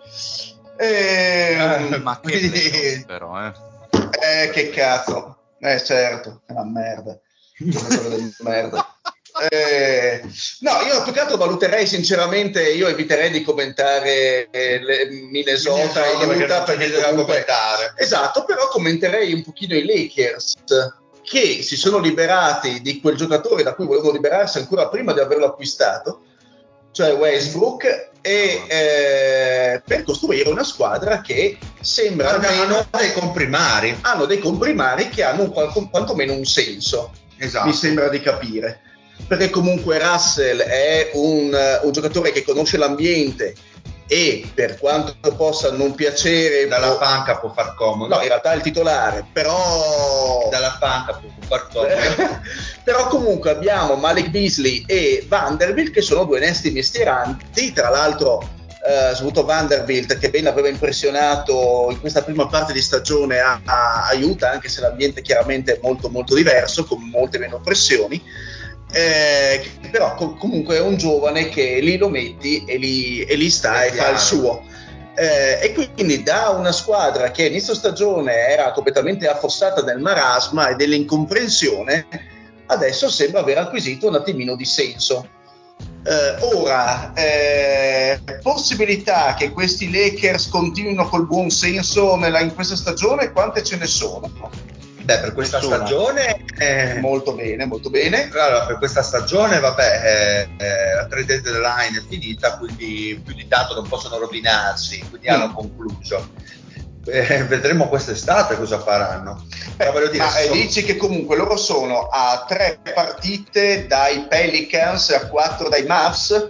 Ma che playoff però, che cazzo. Certo, è una merda. Merda. No, io più che altro valuterei sinceramente, io eviterei di commentare Minnesota e Utah perché comunque, esatto, però commenterei un pochino i Lakers che si sono liberati di quel giocatore da cui volevano liberarsi ancora prima di averlo acquistato, cioè Westbrook, e per costruire una squadra che sembra hanno dei comprimari che hanno quantomeno un senso. Esatto. Mi sembra di capire, perché comunque Russell è un giocatore che conosce l'ambiente e per quanto possa non piacere dalla panca può far comodo. No, in realtà è il titolare, però dalla panca può far comodo. Però comunque abbiamo Malik Beasley e Vanderbilt che sono 2 onesti mestieranti, tra l'altro soprattutto Vanderbilt che ben aveva impressionato in questa prima parte di stagione a Utah, anche se l'ambiente chiaramente è molto molto diverso, con molte meno pressioni. Però comunque è un giovane che lì lo metti e lì sta e fa il suo. E quindi da una squadra che a inizio stagione era completamente affossata nel marasma e dell'incomprensione, adesso sembra aver acquisito un attimino di senso. Ora, possibilità che questi Lakers continuino col buon senso in questa stagione, quante ce ne sono? Beh, per questa stagione molto bene. Allora, per questa stagione, la trade deadline è finita, quindi più di tanto non possono rovinarsi, quindi hanno concluso. Vedremo quest'estate cosa faranno. Dici che comunque loro sono a 3 partite dai Pelicans e a 4 dai Mavs.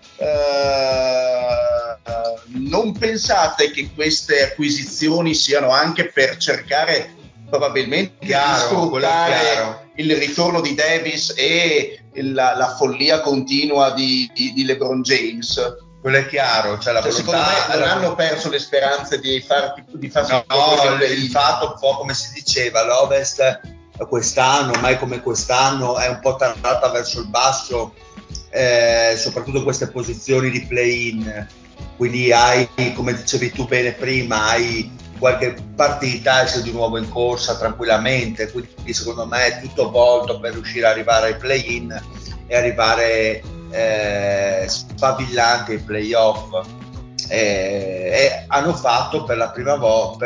Non pensate che queste acquisizioni siano anche per cercare probabilmente di sfruttare il ritorno di Davis e la follia continua di LeBron James? Quello è chiaro, cioè secondo me non hanno perso le speranze di farsi il fatto, un po' come si diceva, l'Ovest quest'anno, mai come quest'anno, è un po' tarata verso il basso, soprattutto queste posizioni di play-in, quindi hai, come dicevi tu bene prima, hai qualche partita esce di nuovo in corsa tranquillamente, quindi secondo me è tutto volto per riuscire ad arrivare ai play-in e arrivare sfavillanti ai playoff, e hanno fatto per la prima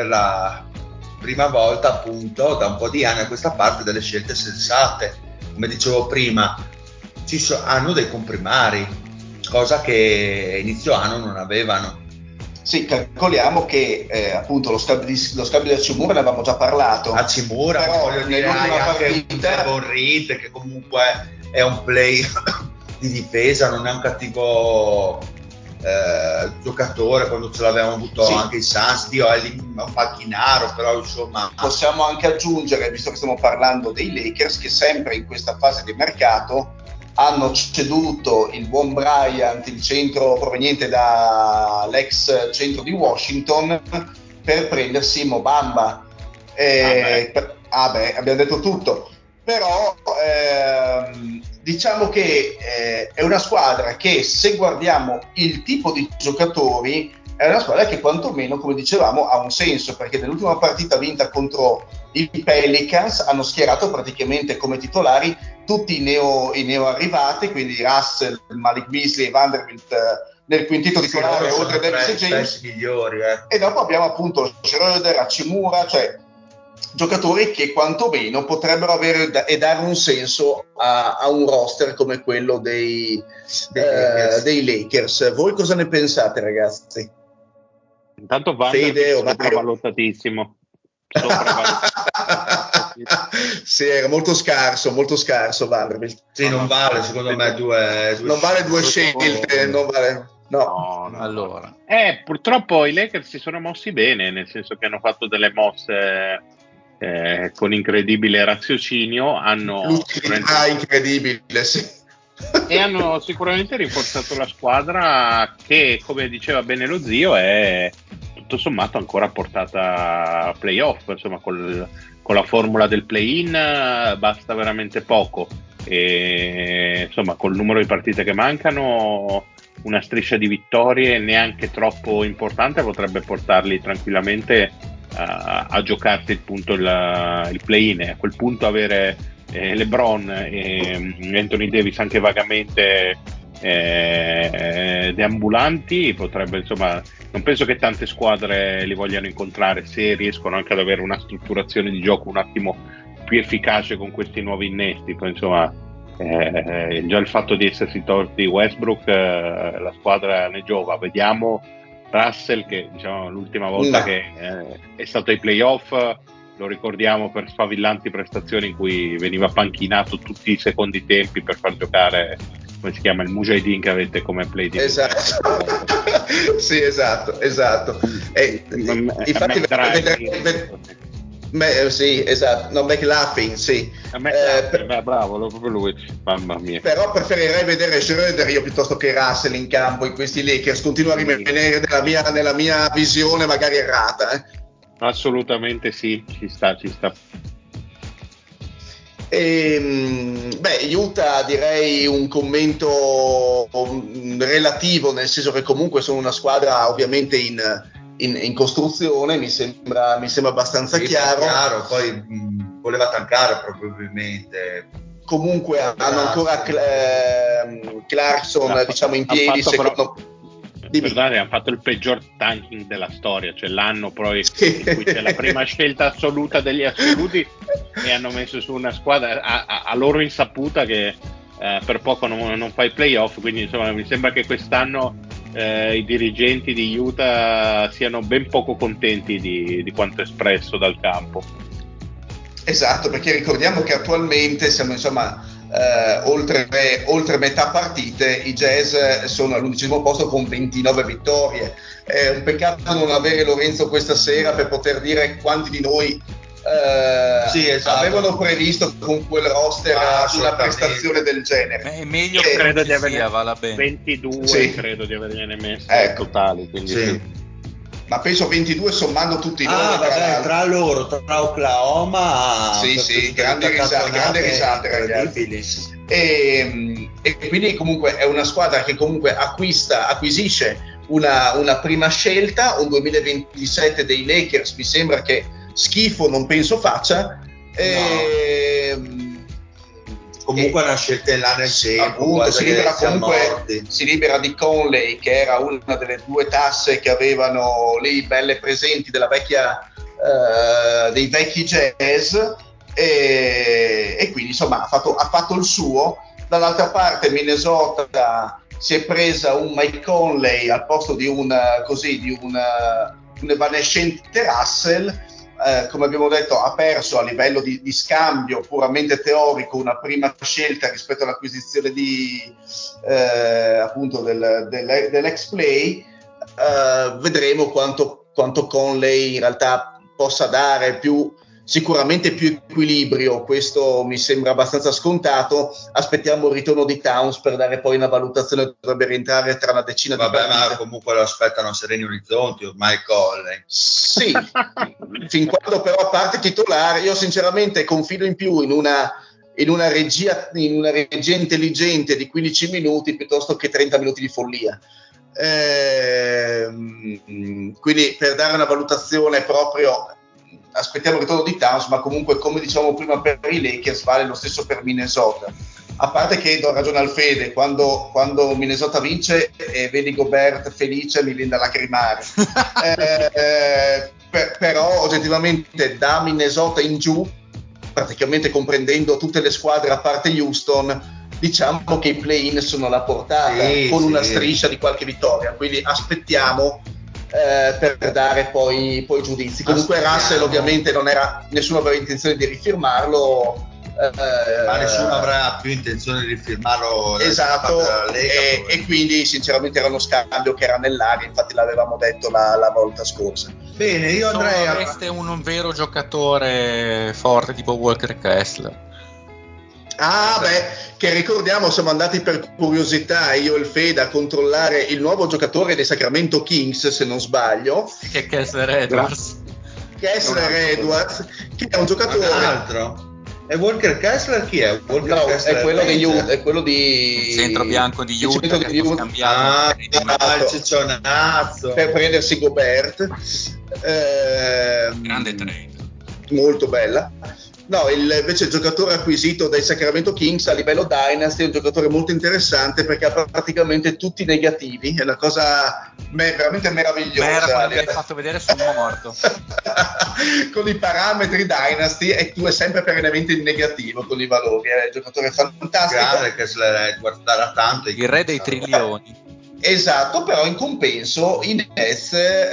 volta appunto da un po' di anni a questa parte delle scelte sensate. Come dicevo prima, hanno dei comprimari, cosa che inizio anno non avevano. Sì, calcoliamo che appunto lo scambio di Hachimura ne avevamo già parlato. Hachimura, voglio dire, hai anche un Devon Reed che comunque è un play di difesa, non è un cattivo giocatore, quando ce l'avevamo avuto anche i Suns, è un pacchinaro, però insomma. Possiamo anche aggiungere, visto che stiamo parlando dei Lakers, che sempre in questa fase di mercato hanno ceduto il buon Bryant, il centro proveniente dall'ex centro di Washington, per prendersi Mo Bamba. Abbiamo detto tutto. Però diciamo che è una squadra che, se guardiamo il tipo di giocatori, è una squadra che quantomeno, come dicevamo, ha un senso, perché nell'ultima partita vinta contro i Pelicans hanno schierato praticamente come titolari tutti i neo arrivati, quindi Russell, Malik Beasley e Vanderbilt nel quintetto titolare, oltre Davis e James migliori, e dopo abbiamo appunto Schroeder, Hachimura, cioè giocatori che quantomeno potrebbero avere e dare un senso a un roster come quello dei Lakers. Voi cosa ne pensate, ragazzi? Intanto Vanderbilt è sopravvalutatissimo. Sì, era molto scarso Vanderbilt. Sì, non vale, secondo me, non vale due scelte, non vale. No. Allora. Purtroppo i Lakers si sono mossi bene, nel senso che hanno fatto delle mosse con incredibile raziocinio, hanno incredibile, sì. E hanno sicuramente rinforzato la squadra che, come diceva bene lo zio, è tutto sommato ancora a portata playoff, insomma con la formula del play-in basta veramente poco e insomma col numero di partite che mancano una striscia di vittorie neanche troppo importante potrebbe portarli tranquillamente a giocarsi il play-in e a quel punto avere LeBron e Anthony Davis anche vagamente deambulanti potrebbe, insomma, non penso che tante squadre li vogliano incontrare se riescono anche ad avere una strutturazione di gioco un attimo più efficace con questi nuovi innesti. Poi insomma già il fatto di essersi tolti Westbrook la squadra ne giova. Vediamo Russell che diciamo l'ultima volta che è stato ai playoff lo ricordiamo per sfavillanti prestazioni in cui veniva panchinato tutti i secondi tempi per far giocare, come si chiama, il Mujahideen che avete come play di sì, esatto. Infatti sì, esatto. No, McLaughlin, sì. Bravo, proprio lui. Mamma mia. Però preferirei vedere Schroeder io piuttosto che Russell in campo in questi Lakers. Continua a rimanere nella mia visione, magari errata. Assolutamente sì, ci sta. Utah direi un commento relativo, nel senso che comunque sono una squadra ovviamente in costruzione, mi sembra abbastanza chiaro. Poi voleva tankare probabilmente. Comunque hanno ancora Clarkson diciamo in piedi, secondo me. Scusate, hanno fatto il peggior tanking della storia, cioè l'anno poi in cui c'è la prima scelta assoluta degli assoluti e hanno messo su una squadra a loro insaputa che per poco non fa i playoff, quindi insomma mi sembra che quest'anno i dirigenti di Utah siano ben poco contenti di quanto espresso dal campo. Esatto, perché ricordiamo che attualmente siamo insomma oltre metà partite, i Jazz sono all'11° posto con 29 vittorie. È un peccato non avere Lorenzo questa sera per poter dire quanti di noi avevano previsto con quel roster una prestazione del genere. È meglio credo di averne vada bene. 22 credo di avergliene messe totali, quindi sì. Ma penso 22 sommando tutti noi. Tra loro, tra Oklahoma. Sì, grandi risate ragazzi. E quindi comunque è una squadra che comunque acquisisce una prima scelta, un 2027 dei Lakers, mi sembra che schifo non penso faccia. Comunque una scelta in là nel tempo, appunto, si libera di Conley, che era una delle due tasse che avevano lì belle presenti dei vecchi Jazz, e quindi insomma ha fatto il suo. Dall'altra parte Minnesota si è presa un Mike Conley al posto di un evanescente Russell. Come abbiamo detto, ha perso a livello di scambio puramente teorico una prima scelta rispetto all'acquisizione appunto dell'ex play. Vedremo quanto Conley in realtà possa dare sicuramente più equilibrio, questo mi sembra abbastanza scontato. Aspettiamo il ritorno di Towns per dare poi una valutazione, dovrebbe rientrare tra una decina di partite. Ma comunque lo aspettano a sereni orizzonti ormai Conley. Sì, fin quando però parte titolare, io sinceramente confido in più in una regia intelligente di 15 minuti piuttosto che 30 minuti di follia. Quindi per dare una valutazione proprio aspettiamo il ritorno di Towns, ma comunque come diciamo prima per i Lakers vale lo stesso per Minnesota, a parte che do ragione al Fede, quando Minnesota vince e vedi Gobert felice mi viene da lacrimare. Però oggettivamente da Minnesota in giù, praticamente comprendendo tutte le squadre a parte Houston, diciamo che i play-in sono alla portata, con una striscia di qualche vittoria, quindi aspettiamo per dare poi giudizi. Comunque Russell ovviamente nessuno aveva intenzione di rifirmarlo. Ma nessuno avrà più intenzione di rifirmarlo. Esatto, e quindi sinceramente era uno scambio che era nell'aria, infatti l'avevamo detto la volta scorsa. Bene, io andrei avreste un vero giocatore forte tipo Walker Kessler. Che ricordiamo, siamo andati per curiosità, io e il Fede, a controllare il nuovo giocatore dei Sacramento Kings, se non sbaglio, che è Kessler Edwards. Edwards, che è un giocatore altro. E Walker Kessler chi è? Kessler è quello è quello di centro bianco di Utah, che fu scambiato il ciccionazzo per prendersi Gobert. Grande trade, molto bella. No, invece il giocatore acquisito dai Sacramento Kings a livello Dynasty è un giocatore molto interessante perché ha praticamente tutti i negativi, è una cosa veramente meravigliosa. Era quello che hai fatto vedere sul morto. Con i parametri Dynasty e tu è sempre perennemente in negativo con i valori, è un giocatore fantastico. Grande che se la guarderà tanto. Il re dei trilioni. Esatto, però in compenso i Nets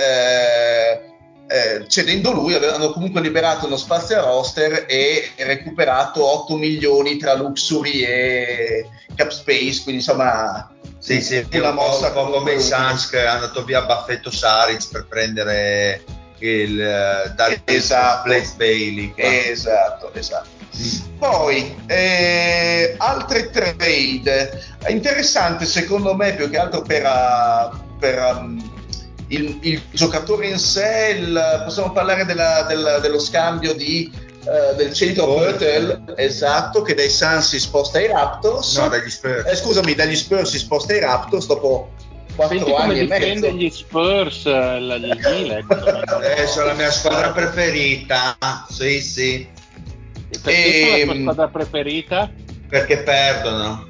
cedendo lui avevano comunque liberato uno spazio a roster e recuperato 8 milioni tra luxury e cap space, quindi insomma una mossa come i Suns che hanno dato via Buffetto Saric per prendere Blaze Bailey qua. Esatto. Poi altre trade interessante secondo me, più che altro per il giocatore in sé. Possiamo parlare dello scambio del centro Poeltl, esatto, che dai Suns si sposta ai Raptors. No, dagli Spurs. Dagli Spurs si sposta ai Raptors dopo 4 anni e mezzo. Difende gli Spurs il adesso è la mia squadra preferita. Sì. Perché è la tua squadra preferita? Perché perdono.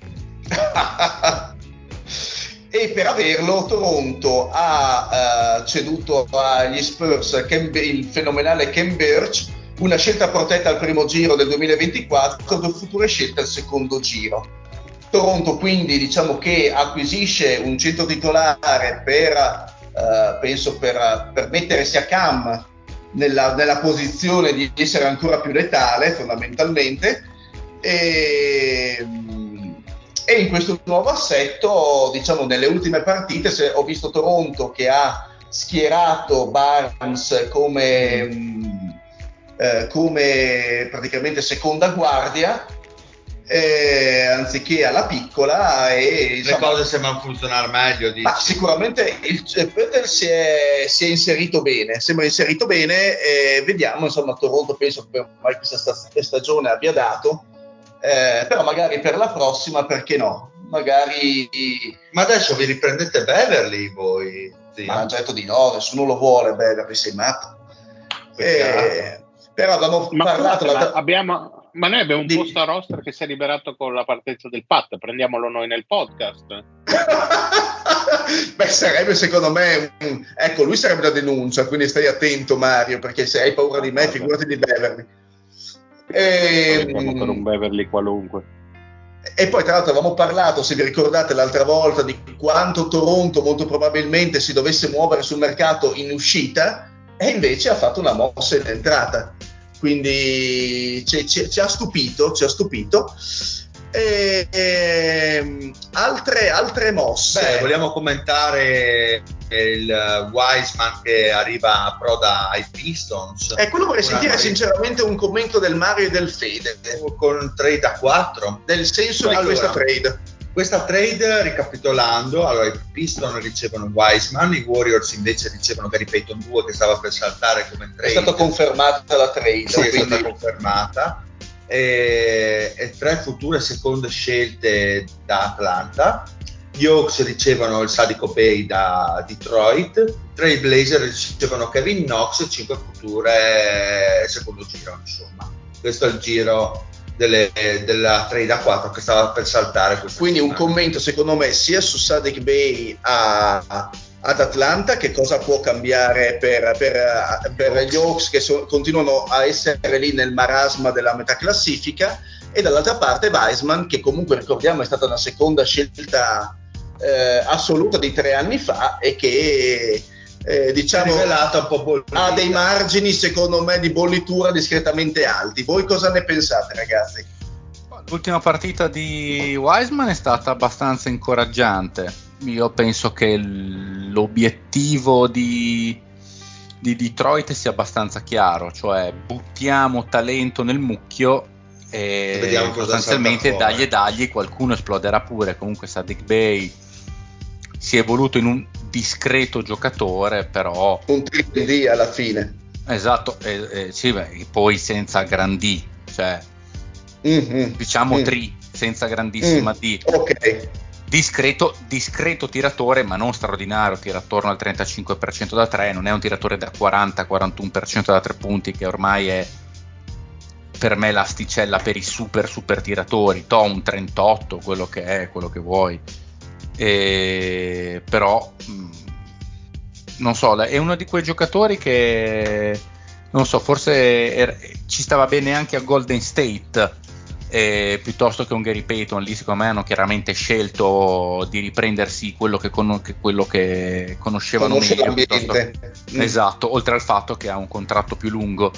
E per averlo Toronto ha ceduto agli Spurs il fenomenale Ken Birch, una scelta protetta al primo giro del 2024 e future scelte al secondo giro. Toronto quindi diciamo che acquisisce un centro titolare penso per mettersi a cam nella posizione di essere ancora più letale fondamentalmente, e in questo nuovo assetto, diciamo, nelle ultime partite ho visto Toronto che ha schierato Barnes come praticamente seconda guardia, anziché alla piccola, e le cose sembrano funzionare meglio. Ma sicuramente il Poeltl si è inserito bene, sembra inserito bene, e vediamo, insomma, Toronto penso che ormai questa stagione abbia dato. Però magari per la prossima, perché no? Magari. Ma adesso vi riprendete Beverly voi? Sì. Ma hanno detto di no, nessuno lo vuole Beverly, sei matto. Però abbiamo parlato. Ma noi abbiamo un posto a roster che si è liberato con la partenza del Pat, prendiamolo noi nel podcast. Beh, sarebbe secondo me ecco, lui sarebbe da denuncia, quindi stai attento Mario, perché se hai paura di me figurati di Beverly. Andiamo per un Beverly qualunque. E poi tra l'altro avevamo parlato, se vi ricordate l'altra volta, di quanto Toronto molto probabilmente si dovesse muovere sul mercato in uscita, e invece ha fatto una mossa in entrata, quindi ci ha stupito. Altre mosse. Vogliamo commentare il Wiseman che arriva a Proda ai Pistons. Quello vorrei sentire sinceramente un commento del Mario e del Fede con trade a 4 del senso di questa trade. Questa trade, ricapitolando, allora i Pistons ricevono Wiseman, i Warriors invece ricevono Gary Payton 2 che stava per saltare come trade. È stata confermata la trade, sì, quindi è stata confermata. E 3 future seconde scelte da Atlanta. Gli Hawks ricevono il Saddiq Bey da Detroit. Trail Blazers ricevono Kevin Knox e 5 future secondo giro, insomma. Questo è il giro della trade a 4 che stava per saltare. Quindi un commento secondo me sia su Saddiq Bey ad Atlanta, che cosa può cambiare per gli Hawks che continuano a essere lì nel marasma della metà classifica, e dall'altra parte Wiseman, che comunque ricordiamo è stata una seconda scelta assoluta di 3 anni fa, e che diciamo rivelata un po' bollita. Ha dei margini secondo me di bollitura discretamente alti. Voi cosa ne pensate, ragazzi? L'ultima partita di Wiseman è stata abbastanza incoraggiante. Io penso che l'obiettivo di Detroit sia abbastanza chiaro, cioè buttiamo talento nel mucchio e sostanzialmente dagli qualcuno esploderà pure. Comunque Saddiq Bey si è evoluto in un discreto giocatore, però un 3D alla fine, esatto, sì, poi senza grandi, cioè diciamo 3 senza grandissima D. Ok. Discreto tiratore, ma non straordinario, tira attorno al 35% da 3, non è un tiratore da 40-41% da 3 punti, che ormai è per me l'asticella per i super tiratori. Un 38, quello che è, quello che vuoi, però non so, è uno di quei giocatori che non so, forse ci stava bene anche a Golden State, piuttosto che un Gary Payton. Lì secondo me hanno chiaramente scelto di riprendersi quello che conoscevano meglio, esatto, oltre al fatto che ha un contratto più lungo,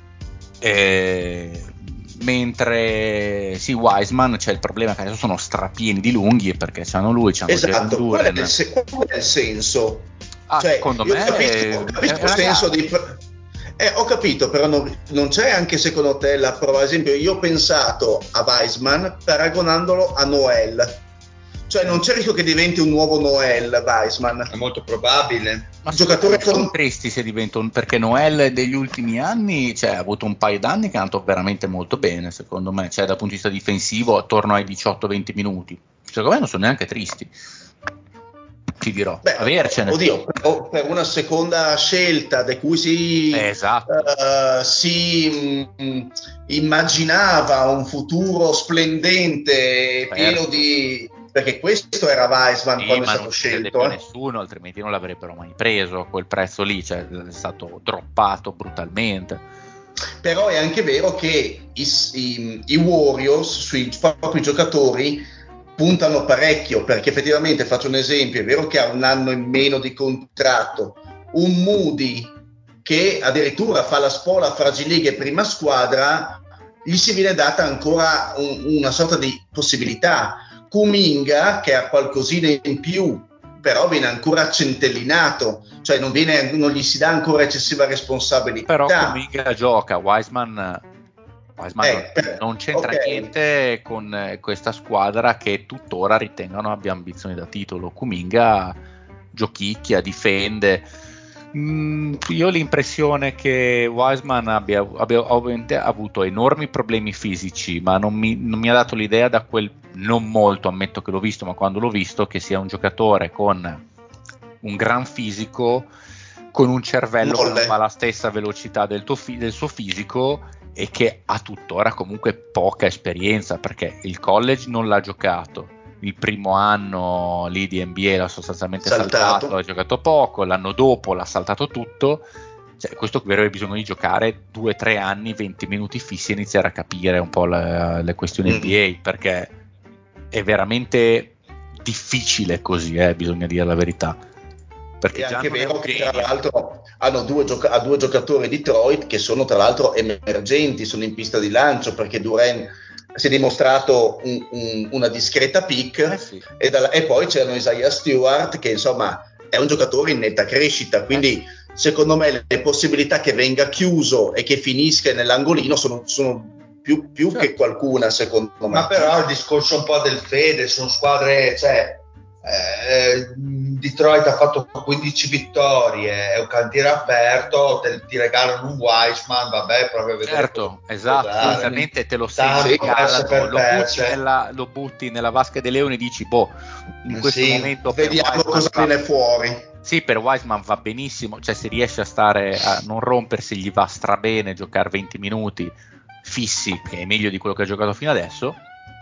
mentre sì, Wiseman c'è il problema che adesso sono strapieni di lunghi, perché c'hanno lui, c'hanno esatto. Qual è il senso? Cioè, secondo me capisco il senso di ho capito, però non c'è anche secondo te la prova. Ad esempio, io ho pensato a Wiseman paragonandolo a Noel, cioè non c'è rischio che diventi un nuovo Noel Wiseman? È molto probabile. Ma giocatore sono tristi se diventa perché Noel degli ultimi anni, cioè, ha avuto un paio d'anni che è andato veramente molto bene, secondo me, cioè dal punto di vista difensivo attorno ai 18-20 minuti. Secondo me non sono neanche tristi, ti dirò. Avercene. Oddio, per una seconda scelta di cui si immaginava un futuro splendente, pieno di... Perché questo era Wiseman quando è stato scelto. Non nessuno, altrimenti non l'avrebbero mai preso a quel prezzo lì, cioè è stato droppato brutalmente. Però è anche vero che i Warriors sui propri giocatori puntano parecchio, perché effettivamente, faccio un esempio, è vero che ha un anno in meno di contratto, un Moody che addirittura fa la spola fra G League e prima squadra, gli si viene data ancora una sorta di possibilità. Kuminga, che ha qualcosina in più, però viene ancora centellinato, cioè non gli si dà ancora eccessiva responsabilità. Però Kuminga gioca, Wiseman non c'entra niente con questa squadra che tuttora ritengono abbia ambizioni da titolo. Kuminga giochicchia, difende. Io ho l'impressione che Wiseman abbia ovviamente avuto enormi problemi fisici, ma non mi ha dato l'idea, non molto, ammetto che l'ho visto, ma quando l'ho visto, che sia un giocatore con un gran fisico, con un cervello che non va alla stessa velocità del suo fisico, e che ha tuttora comunque poca esperienza, perché il college non l'ha giocato, il primo anno lì di NBA l'ha sostanzialmente saltato, ha giocato poco, l'anno dopo l'ha saltato tutto, cioè, questo avrebbe bisogno di giocare 2-3 anni, 20 minuti fissi, e iniziare a capire un po' le questioni NBA, perché è veramente difficile così, bisogna dire la verità. Perché è anche vero che tra l'altro hanno due giocatori Detroit che sono tra l'altro emergenti, sono in pista di lancio, perché Duren si è dimostrato una discreta pick, e poi c'erano Isaiah Stewart che insomma è un giocatore in netta crescita, quindi secondo me le possibilità che venga chiuso e che finisca nell'angolino sono più che qualcuna, secondo me. Ma però il discorso un po' del fede, sono squadre, cioè Detroit ha fatto 15 vittorie, è un cantiere aperto, ti regalano un Wiseman, vabbè, proprio a vedere. Certo, esatto, inizialmente te lo sei regalato, lo butti nella vasca dei leoni e dici, in questo momento vediamo cosa viene fuori. Sì, per Wiseman va benissimo, cioè se riesce a non rompersi, gli va strabene giocare 20 minuti fissi, che è meglio di quello che ha giocato fino adesso.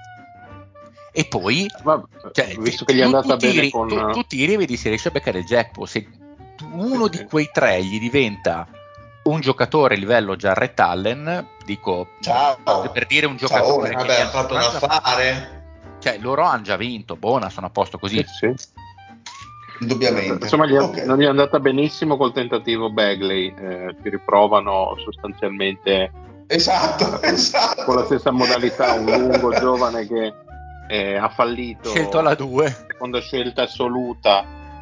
E poi, visto che gli è andata bene tu tiri e vedi se riesce a beccare il jackpot. Se uno di quei tre gli diventa un giocatore a livello Jarrett Allen, dico, per dire un giocatore che ha fatto da fare, cioè loro hanno già vinto, sono a posto così. Sì. indubbiamente. Insomma, non gli è andata benissimo col tentativo Bagley, si riprovano sostanzialmente esatto. con la stessa modalità, un lungo giovane che ha fallito, scelto alla 2, seconda scelta assoluta,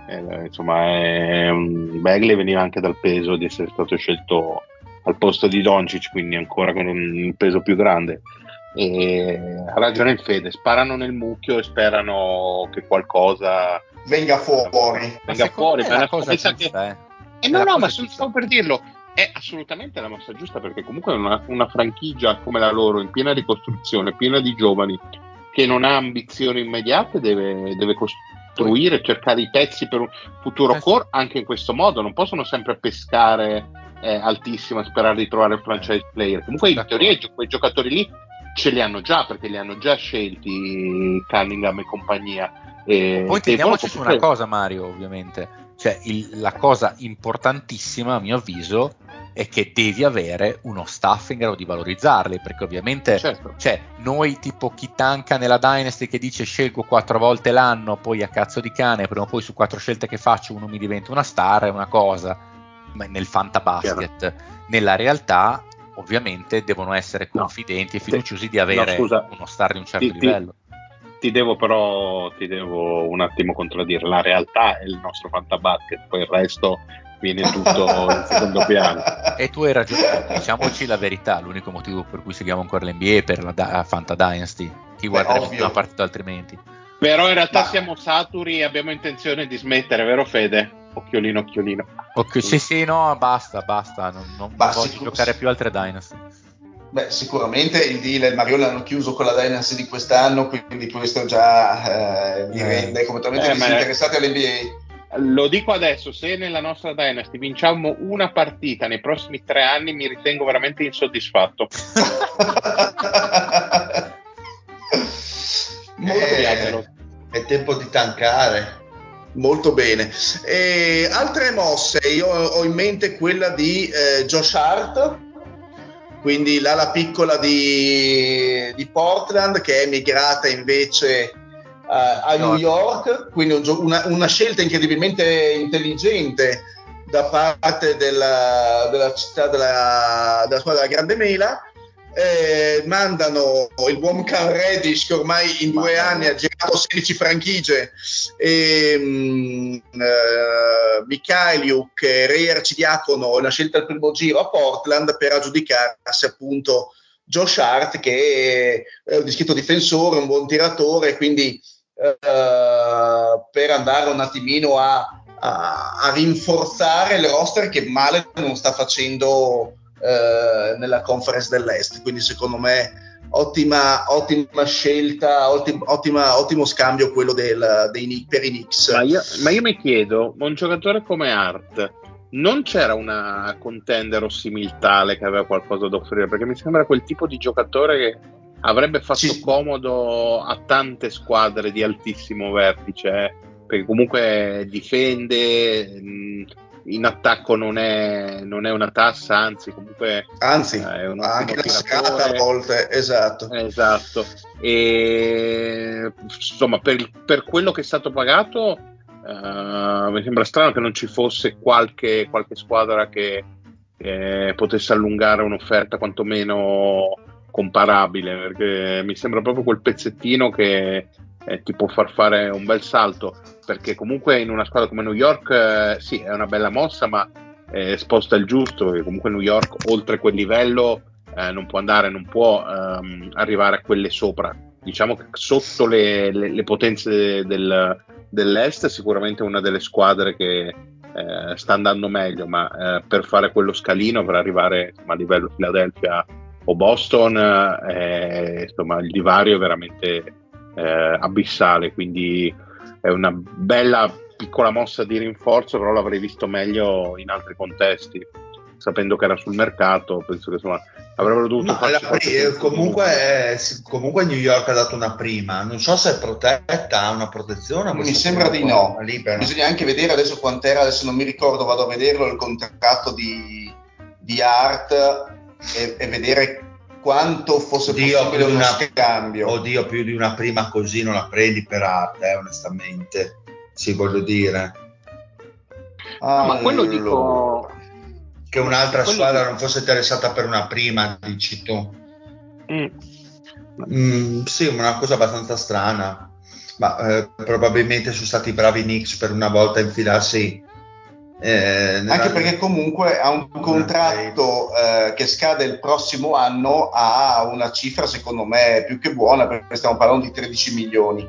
Bagley veniva anche dal peso di essere stato scelto al posto di Doncic, quindi ancora con un peso più grande. E ha ragione il Fede, sparano nel mucchio e sperano che qualcosa venga fuori. Ma è la cosa giusta, ma stavo per dirlo, è assolutamente la mossa giusta, perché comunque una franchigia come la loro, in piena ricostruzione, piena di giovani, che non ha ambizioni immediate, deve costruire, cercare i pezzi per un futuro core anche in questo modo. Non possono sempre pescare altissimo e sperare di trovare il franchise player. Comunque in teoria quei giocatori lì ce li hanno già, perché li hanno già scelti Cunningham e compagnia. Poi intendiamoci su una cosa, Mario, ovviamente, cioè la cosa importantissima a mio avviso è che devi avere uno staff in grado di valorizzarli, perché ovviamente cioè, noi tipo chi tanca nella Dynasty che dice scelgo 4 volte l'anno, poi a cazzo di cane, prima o poi su 4 scelte che faccio uno mi diventa una star, è una cosa, ma nel fantabasket. Nella realtà ovviamente devono essere confidenti e fiduciosi di avere uno star di un certo livello. Ti devo un attimo contraddire, la realtà è il nostro fantabasket, poi il resto viene tutto in secondo piano. E tu hai ragione, diciamoci la verità, l'unico motivo per cui seguiamo ancora l'NBA è per la Fanta Dynasty, chi guarderebbe una partita altrimenti. Però in realtà siamo saturi e abbiamo intenzione di smettere, vero Fede? Occhiolino. Sì, no, basta, non voglio giocare più altre Dynasty. Beh, sicuramente il deal e il Marione hanno chiuso con la Dynasty di quest'anno, quindi questo già vi rende completamente disinteressati all'NBA. Lo dico adesso, se nella nostra Dynasty vinciamo una partita nei prossimi 3 anni mi ritengo veramente insoddisfatto. È tempo di tankare. Molto bene. Altre mosse, io ho in mente quella di Josh Hart, quindi l'ala piccola di Portland, che è emigrata invece a New York, quindi una scelta incredibilmente intelligente da parte della città della squadra della Grande Mela. Mandano il buon Cam Reddish, che ormai in 2 anni ha girato 16 franchigie, Mikhailiuk e Re Arcidiacono, la scelta al primo giro a Portland per aggiudicarsi appunto Josh Hart, che è un discreto difensore, un buon tiratore, quindi per andare un attimino a rinforzare il roster che male non sta facendo nella conference dell'Est. Quindi secondo me ottima scelta, ottimo scambio quello per i Knicks. Ma io mi chiedo, un giocatore come Hart, non c'era una contender o similtale che aveva qualcosa da offrire? Perché mi sembra quel tipo di giocatore che avrebbe fatto comodo a tante squadre di altissimo vertice, perché comunque difende, in attacco non è una tassa, anzi comunque è un anche la scata a volte, esatto. E insomma per quello che è stato pagato mi sembra strano che non ci fosse qualche squadra che potesse allungare un'offerta quantomeno comparabile, perché mi sembra proprio quel pezzettino che ti può far fare un bel salto, perché comunque in una squadra come New York sì, è una bella mossa, ma sposta il giusto, perché comunque New York oltre quel livello non può arrivare a quelle sopra. Diciamo che sotto le potenze dell'Est sicuramente è una delle squadre che sta andando meglio, ma per fare quello scalino, per arrivare a livello Philadelphia o Boston, insomma il divario è veramente abissale, quindi è una bella piccola mossa di rinforzo, però l'avrei visto meglio in altri contesti, sapendo che era sul mercato. Penso che insomma avrebbero dovuto comunque New York ha dato una prima, non so se è protetta, ha una protezione, mi sembra di no, bisogna anche vedere adesso quant'era, adesso non mi ricordo, vado a vederlo il contratto di Hart e vedere quanto fosse possibile uno scambio. Oddio, più di una prima così non la prendi per Hart, onestamente, sì, voglio dire. Ma quello dico che un'altra squadra non fosse interessata per una prima, dici tu. Sì, una cosa abbastanza strana, ma probabilmente sono stati bravi i Knicks per una volta a infilarsi anche perché comunque ha un contratto che scade il prossimo anno, a una cifra secondo me più che buona, perché stiamo parlando di 13 milioni.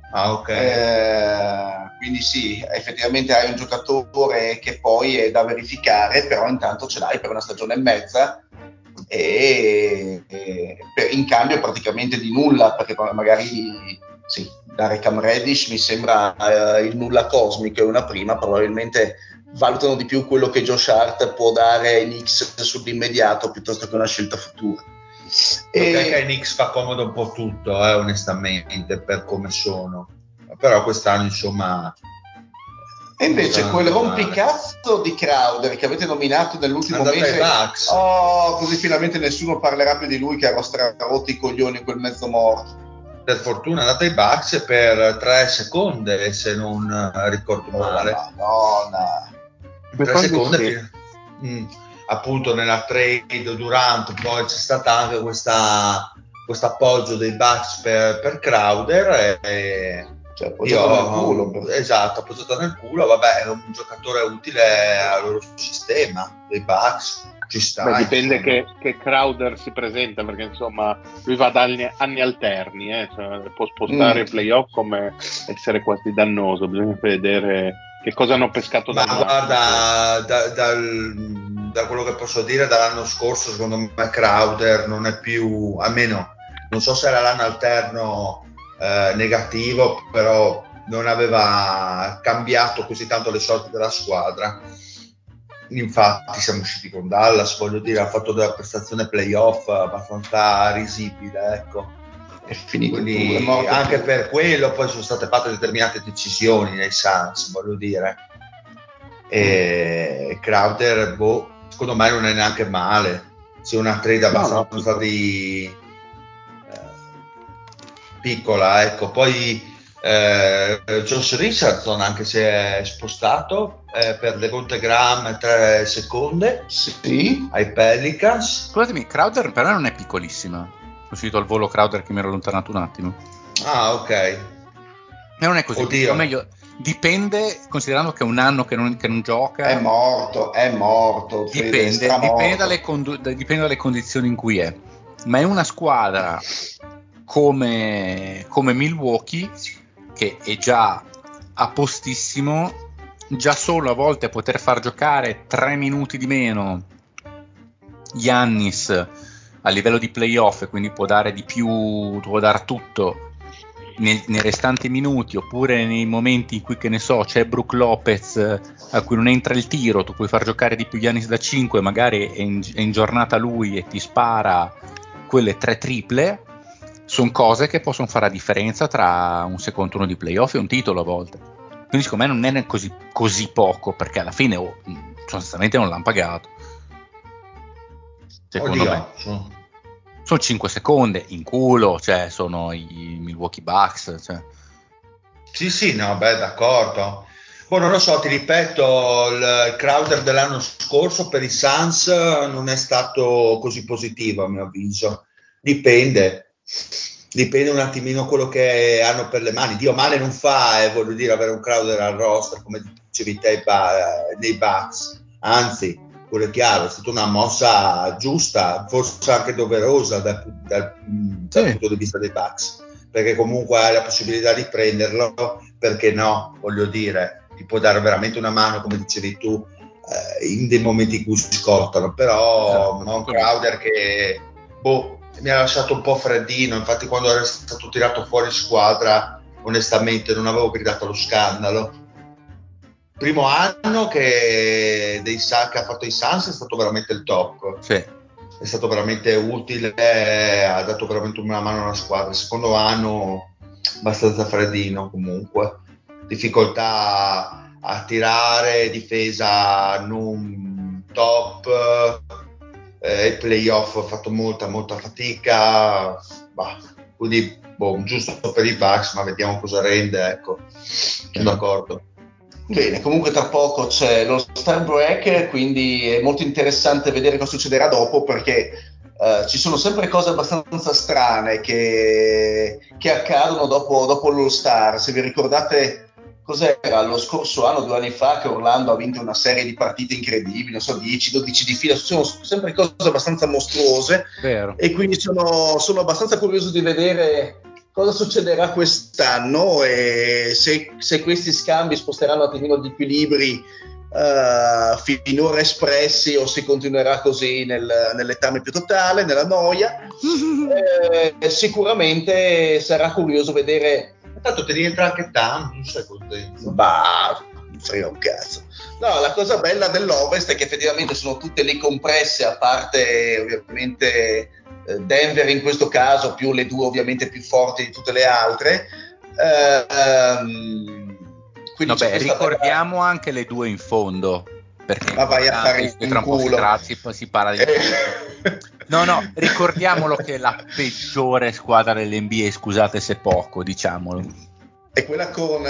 Ok. Quindi sì, effettivamente hai un giocatore che poi è da verificare, però intanto ce l'hai per una stagione e mezza e in cambio praticamente di nulla, perché magari sì, dare Cam Reddish mi sembra il nulla cosmico, è una prima, probabilmente valutano di più quello che Josh Hart può dare ai Knicks sull'immediato piuttosto che una scelta futura. Che ai Knicks fa comodo un po' tutto, onestamente, per come sono, però quest'anno insomma. E invece quel rompicazzo di Crowder che avete nominato nell'ultimo mese, così finalmente nessuno parlerà più di lui, che ha strarotto i coglioni quel mezzo morto. Per fortuna è andato ai Bucks per 3 secondi, se non ricordo male. Madonna. 3 secondi appunto nella trade Durant, poi c'è stato anche questo appoggio dei Bucks per Crowder cioè appoggiato nel culo. Esatto, appoggiato nel culo. Vabbè, è un giocatore utile al loro sistema dei Bucks. Ci sta. Dipende che Crowder si presenta, perché insomma lui va da anni alterni, cioè, può spostare i playoff come essere quasi dannoso. Bisogna vedere che cosa hanno pescato dal ma guarda, da quello che posso dire, dall'anno scorso secondo me Crowder non è più, almeno non so se era l'anno alterno negativo, però non aveva cambiato così tanto le sorti della squadra. Infatti siamo usciti con Dallas, voglio dire, ha fatto della prestazione playoff abbastanza risibile, ecco. È finito. Quindi anche per quello poi sono state fatte determinate decisioni nei Suns, voglio dire. E Crowder, secondo me non è neanche male, se una trade abbastanza piccola, ecco. Poi Josh Richardson, anche se è spostato per Devonte Graham 3 secondi ai Pelicans. Scusatemi, Crowder però non è piccolissima. Ho finito al volo Crowder che mi ero allontanato un attimo. Ah, ok. E non è così piccolo, meglio, dipende, considerando che è un anno che non gioca. È morto. Dipende dalle condizioni in cui è. Ma è una squadra come Milwaukee, che è già a postissimo, già solo a volte poter far giocare 3 minuti di meno Giannis a livello di playoff, quindi può dare di più, può dare tutto nei restanti minuti, oppure nei momenti in cui, che ne so, c'è Brook Lopez a cui non entra il tiro, tu puoi far giocare di più Giannis da 5, magari è in giornata lui e ti spara quelle 3 triple. Sono cose che possono fare la differenza tra un secondo turno di playoff e un titolo a volte. Quindi secondo me non è così poco, perché alla fine sostanzialmente non l'hanno pagato. Secondo me sono 5 secondi in culo, cioè sono i Milwaukee Bucks, cioè. Sì, no, d'accordo. Non lo so, ti ripeto, il Crowder dell'anno scorso per i Suns non è stato così positivo, a mio avviso. Dipende un attimino quello che hanno per le mani. Dio male non fa, voglio dire, avere un Crowder al roster, come dicevi te, nei Bucks. Anzi, quello è chiaro, è stata una mossa giusta, forse anche doverosa dal punto di vista dei Bucks, perché comunque hai la possibilità di prenderlo, perché no, voglio dire, ti può dare veramente una mano, come dicevi tu, in dei momenti in cui si scottano, però un Crowder che mi ha lasciato un po' freddino. Infatti quando era stato tirato fuori squadra, onestamente non avevo gridato allo scandalo. Primo anno che ha fatto i Suns è stato veramente il top, è stato veramente utile, ha dato veramente una mano alla squadra. Secondo anno abbastanza freddino, comunque difficoltà a tirare, difesa non top, i playoff ha fatto molta fatica, quindi giusto per i Bucks, ma vediamo cosa rende, ecco. Sono d'accordo. Bene, comunque tra poco c'è lo Star Break, quindi è molto interessante vedere cosa succederà dopo, perché ci sono sempre cose abbastanza strane che accadono dopo l'All Star. Se vi ricordate cos'era lo scorso anno, 2 anni fa, che Orlando ha vinto una serie di partite incredibili, non so, 10-12 di fila, sono sempre cose abbastanza mostruose. Vero. E quindi sono abbastanza curioso di vedere cosa succederà quest'anno e se questi scambi sposteranno un attimino gli equilibri finora espressi, o se continuerà così nell'etame più totale, nella noia. Sicuramente sarà curioso vedere. Tanto ti rientra anche Tam, non sei contento? Bah, non frega un cazzo. No, la cosa bella dell'Ovest è che effettivamente sono tutte lì compresse, a parte ovviamente Denver in questo caso, più le due ovviamente più forti di tutte le altre. Quindi vabbè, ricordiamo anche le due in fondo, perché ma vai a fare tra un po' si parla di no, ricordiamolo che è la peggiore squadra dell'NBA, scusate se poco, diciamolo. È quella con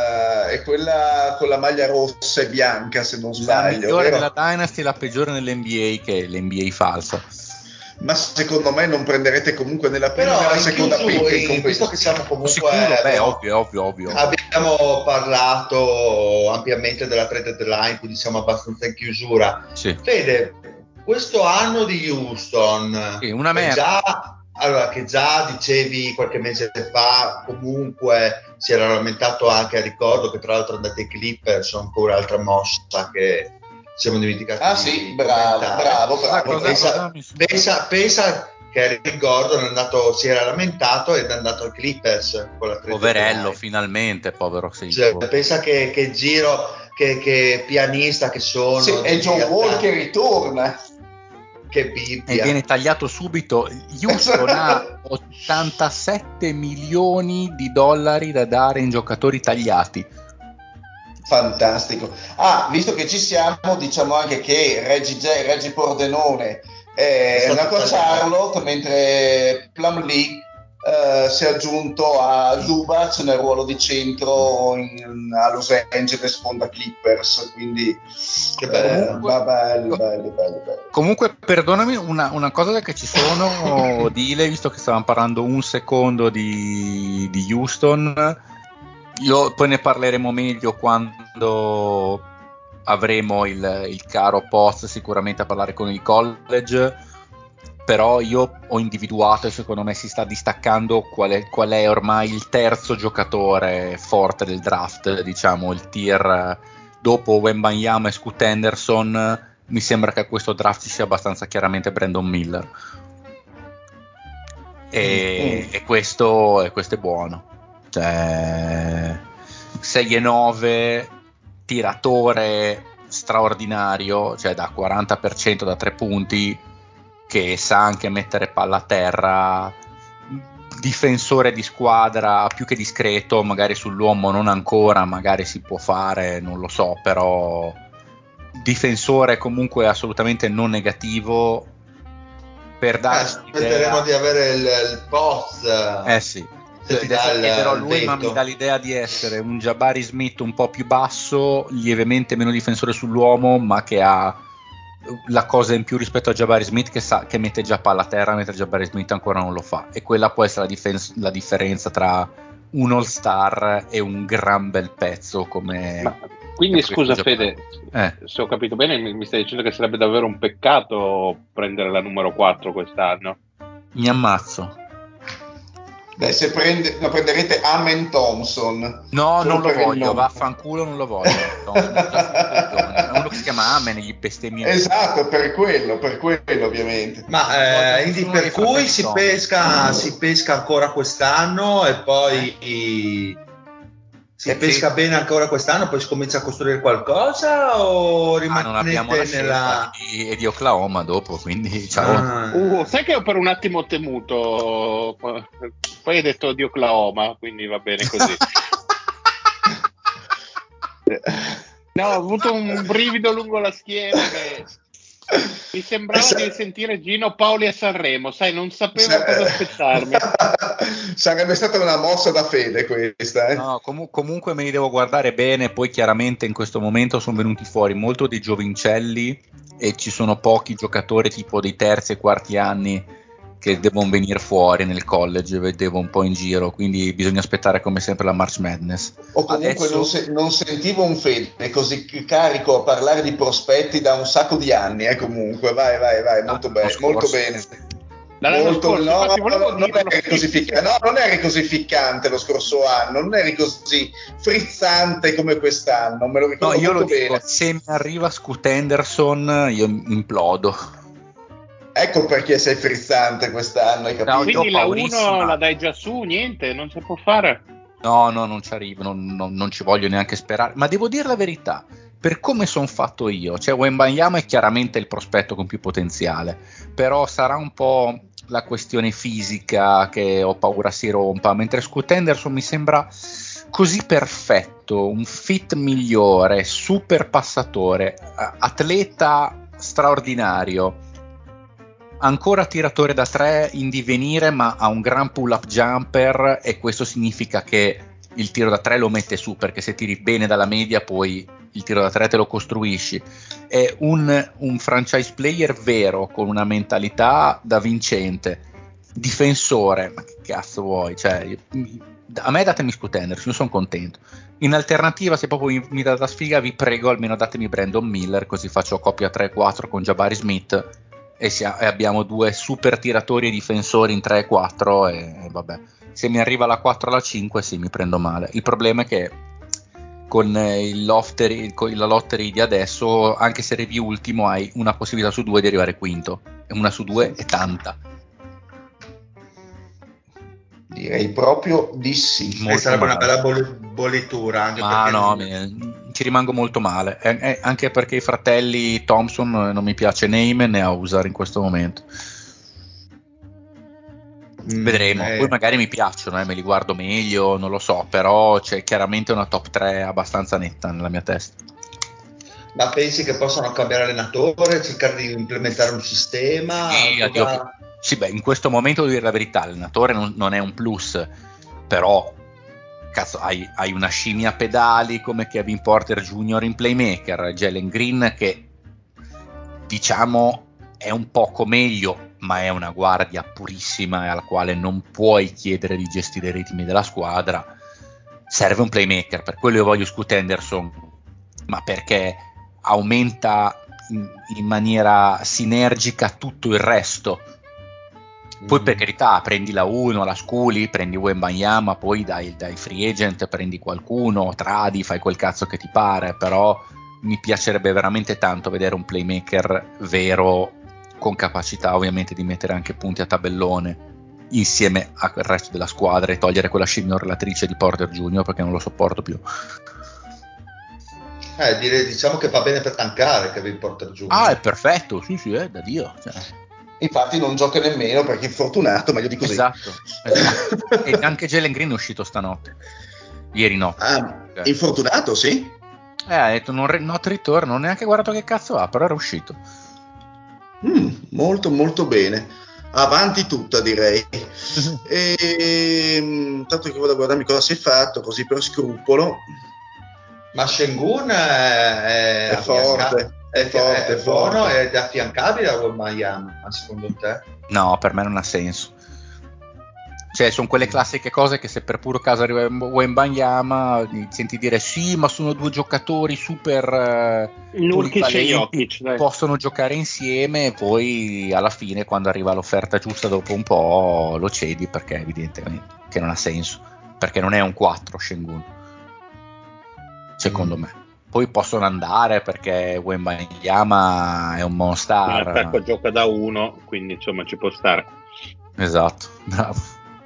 la maglia rossa e bianca, se non sbaglio. La migliore vero? della Dynasty e la peggiore nell'NBA, che è l'NBA falso. Ma secondo me non prenderete comunque nella prima o nella seconda pick, visto che siamo comunque sicuro, ovvio. Abbiamo parlato ampiamente della trade deadline, quindi siamo abbastanza in chiusura. Sì. Fede, questo anno di Houston, sì, una merda. Che già dicevi qualche mese fa, comunque si era lamentato anche, ricordo che tra l'altro andate ai Clippers, ancora altra mossa che siamo dimenticati. Ah sì, bravo. Pensa che Eric Gordon si era lamentato ed è andato al Clippers con la poverello, finalmente, povero pensa che giro, che pianista che sono. Sì, e John Wall che ritorna. Che Bibbia. E viene tagliato subito. Houston ha 87 milioni di dollari da dare in giocatori tagliati. Fantastico. Visto che ci siamo, diciamo anche che Reggie Pordenone è andato a Charlotte, mentre Plumlee si è aggiunto a Zubac nel ruolo di centro a Los Angeles, sponda Clippers, quindi che bello. belli. Comunque perdonami una cosa, che ci sono Dile, visto che stavamo parlando un secondo di Houston. Io poi ne parleremo meglio quando avremo il caro post sicuramente a parlare con il college, però io ho individuato, e secondo me si sta distaccando, qual è ormai il terzo giocatore forte del draft, diciamo il tier dopo Wembanyama e Scoot Henderson. Mi sembra che a questo draft ci sia abbastanza chiaramente Brandon Miller e questo è buono. Cioè, 6-9, tiratore straordinario, cioè da 40% da 3 punti, che sa anche mettere palla a terra, difensore di squadra più che discreto, magari sull'uomo non ancora, magari si può fare, non lo so, però difensore comunque assolutamente non negativo, per dare aspetteremo di avere il post. Sì. Però lui mi dà l'idea di essere un Jabari Smith un po' più basso, lievemente meno difensore sull'uomo, ma che ha la cosa in più rispetto a Jabari Smith, che mette già palla a terra, mentre Jabari Smith ancora non lo fa, e quella può essere la differenza tra un all-star e un gran bel pezzo come. Quindi scusa Fede, se ho capito bene mi stai dicendo che sarebbe davvero un peccato prendere la numero 4 quest'anno? Mi ammazzo. Beh, se prenderete Amen Thompson. No, non lo voglio, vaffanculo, non lo voglio. È uno che si chiama Amen e gli bestemmie. Esatto, per quello ovviamente. Ma per cui si pesca ancora quest'anno e poi si pesca bene ancora quest'anno, poi si comincia a costruire qualcosa, o rimanete non abbiamo la scelta di Oklahoma dopo, quindi ciao. Sai che ho per un attimo temuto, poi hai detto di Oklahoma, quindi va bene così. No, ho avuto un brivido lungo la schiena Mi sembrava di sentire Gino Paoli a Sanremo, sai, non sapevo cosa aspettarmi. Sarebbe stata una mossa da fede questa. No, comunque me li devo guardare bene, poi chiaramente in questo momento sono venuti fuori molto dei giovincelli e ci sono pochi giocatori tipo dei terzi e quarti anni che devono venire fuori nel college, vedevo un po' in giro, quindi bisogna aspettare come sempre la March Madness. O comunque Adesso... non sentivo un Fede così carico a parlare di prospetti da un sacco di anni, comunque, vai, molto bene, molto bene. Dall'anno scorso, no, infatti volevo dirlo. Non eri così ficcante lo scorso anno, non eri così frizzante come quest'anno, me lo ricordo io molto lo dico, bene. se mi arriva Scoot Henderson io implodo. Ecco perché sei frizzante quest'anno, hai capito? No, quindi la 1 paurissima. la dai già su, niente, non si può fare. No, non ci arrivo, non ci voglio neanche sperare, ma devo dire la verità, per come sono fatto io, cioè Wembanyama è chiaramente il prospetto con più potenziale, però sarà un po' la questione fisica che ho paura si rompa, mentre Scoot Henderson mi sembra così perfetto, un fit migliore, super passatore, atleta straordinario, ancora tiratore da 3 in divenire, ma ha un gran pull up jumper e questo significa che il tiro da 3 lo mette su, perché se tiri bene dalla media poi il tiro da 3 te lo costruisci. È un franchise player vero, con una mentalità da vincente, difensore, ma che cazzo vuoi, cioè, a me datemi Scoot Henderson, io sono contento. In alternativa, se proprio mi date la sfiga, vi prego almeno datemi Brandon Miller, così faccio coppia 3-4 con Jabari Smith e abbiamo due super tiratori e difensori in 3 e 4 e vabbè, se mi arriva la 4 alla 5 sì, mi prendo male. Il problema è che con la lottery di adesso, anche se arrivi ultimo, hai una possibilità su 2 di arrivare quinto, e una su 2 è tanta. Direi proprio di sì. Sarebbe male. una bella bollitura, anche Ma perché no, ci rimango molto male, anche perché i fratelli Thompson non mi piace né Imen né Ausar in questo momento. Vedremo, poi magari mi piacciono, me li guardo meglio, non lo so, però c'è chiaramente una top 3 abbastanza netta nella mia testa. Ma pensi che possano cambiare allenatore, cercare di implementare un sistema? Sì, beh, in questo momento devo dire la verità, l'allenatore non è un plus, però cazzo, hai una scimmia a pedali come Kevin Porter Jr. in playmaker, Jalen Green che diciamo è un poco meglio, ma è una guardia purissima e alla quale non puoi chiedere di gestire i ritmi della squadra. Serve un playmaker, per quello io voglio Scoot Henderson, ma perché aumenta in maniera sinergica tutto il resto. Poi per carità, prendi la 1, la Sculi, prendi Wembanyama, poi dai free agent, prendi qualcuno, tradi, fai quel cazzo che ti pare, però mi piacerebbe veramente tanto vedere un playmaker vero, con capacità ovviamente di mettere anche punti a tabellone insieme al resto della squadra e togliere quella scimmia relatrice di Porter Jr. perché non lo sopporto più. Diciamo che va bene per tankare Kevin Porter Jr. Ah, è perfetto, sì, è da Dio. Cioè. Infatti non gioca nemmeno perché è infortunato, meglio di così. Esatto. E anche Jalen Green è uscito stanotte. Ieri no. Infortunato, sì? Ha detto not return, non ho neanche guardato che cazzo ha, però era uscito. Molto molto bene. Avanti tutta, direi. Tanto che vado a guardarmi cosa si è fatto, così per scrupolo. Ma Sengun è forte. È buono ed è affiancabile a Wembanyama, secondo te? No, per me non ha senso. Cioè, sono quelle classiche cose che se per puro caso arriva Wembanyama senti dire sì, ma sono due giocatori super polivalenti, possono giocare insieme e poi alla fine quando arriva l'offerta giusta dopo un po' lo cedi perché evidentemente che non ha senso, perché non è un 4 Sengun, secondo me. Poi possono andare perché Wembanyama è un monstar. L'attacco gioca da 1, quindi insomma ci può stare. Esatto, bravo.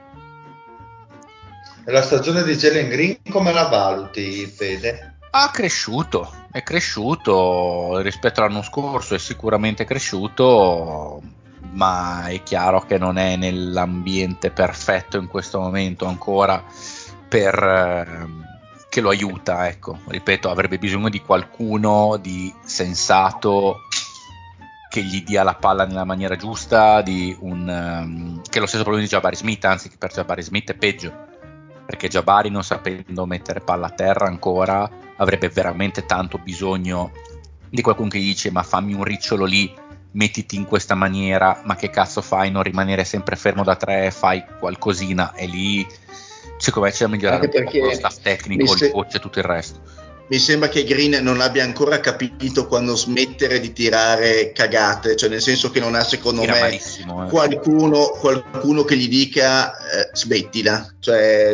La stagione di Jalen Green come la valuti, Fede? È cresciuto rispetto all'anno scorso, è sicuramente cresciuto, ma è chiaro che non è nell'ambiente perfetto in questo momento ancora per che lo aiuta, ecco. Ripeto, avrebbe bisogno di qualcuno di sensato che gli dia la palla nella maniera giusta, che è lo stesso problema di Jabari Smith, anzi che per Jabari Smith è peggio, perché Jabari, non sapendo mettere palla a terra ancora, avrebbe veramente tanto bisogno di qualcuno che gli dice: ma fammi un ricciolo lì, mettiti in questa maniera, ma che cazzo fai, non rimanere sempre fermo da tre, fai qualcosina. E lì secondo me c'è da migliorare un po' lo staff tecnico, il coach e tutto il resto. Mi sembra che Green non abbia ancora capito quando smettere di tirare cagate, cioè nel senso che non ha, secondo me, qualcuno che gli dica smettila, cioè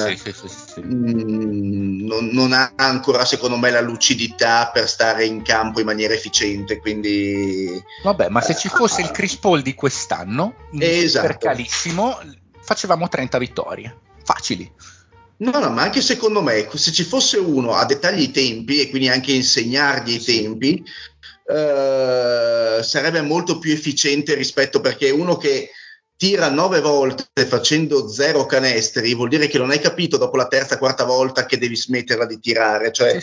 non ha ancora, secondo me, la lucidità per stare in campo in maniera efficiente, quindi vabbè, ma se ci fosse il Chris Paul di quest'anno, per calissimo, facevamo 30 vittorie facili. No, ma anche secondo me, se ci fosse uno a dettagli i tempi e quindi anche insegnargli i tempi, sarebbe molto più efficiente rispetto, perché uno che tira 9 volte facendo 0 canestri vuol dire che non hai capito dopo la terza, quarta volta che devi smetterla di tirare, cioè,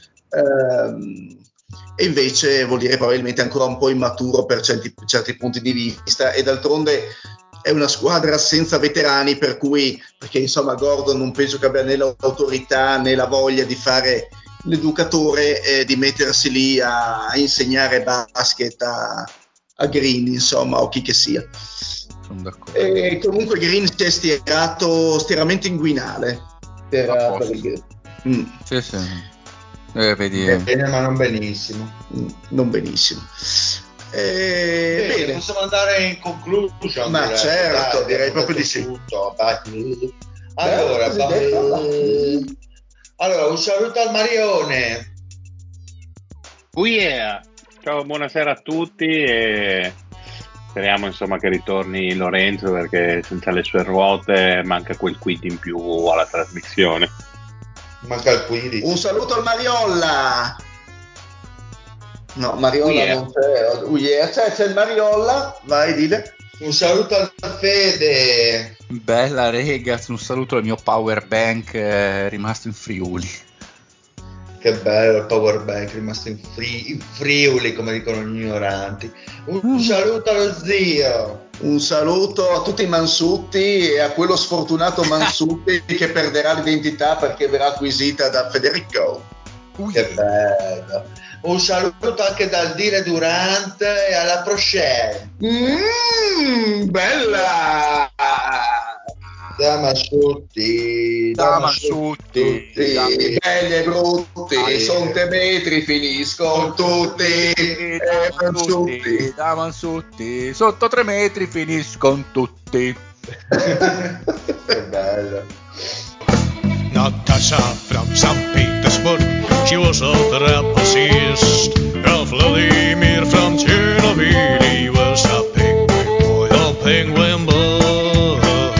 e invece vuol dire probabilmente ancora un po' immaturo per certi punti di vista, e d'altronde è una squadra senza veterani, per cui, perché insomma Gordon non penso che abbia né l'autorità né la voglia di fare l'educatore, di mettersi lì a insegnare basket a Green, insomma, o chi che sia. Sono d'accordo. E comunque Green si è stiramento inguinale per il vedi. Bene, ma non benissimo. Non benissimo. Bene, possiamo andare in conclusion. Ma certo, direi proprio di sì. Allora, un saluto al Marione. Oh yeah! Ciao, buonasera a tutti e speriamo insomma che ritorni Lorenzo, perché senza le sue ruote manca quel quid in più alla trasmissione. Manca il quid. Un saluto al Mariolla. No, Mariolla non c'è. C'è il Mariolla, vai, dile. Un saluto al Fede. Bella ragazzi, un saluto al mio power bank rimasto in Friuli. Che bello il power bank rimasto in Friuli, come dicono gli ignoranti. Un saluto allo zio. Un saluto a tutti i Mansutti e a quello sfortunato Mansutti che perderà l'identità perché verrà acquisita da Federico. Che bello. Un saluto anche dal Dire Durant e alla Prochet. Bella! Damasciutti, belli e brutti, sono 3 metri, finiscono tutti. Damasciutti, sotto 3 metri finiscono tutti. Che bello. Natasha from St. Petersburg, she was a trapezist. Vladimir from Chernobyl, he was a penguin boy, a penguin boy.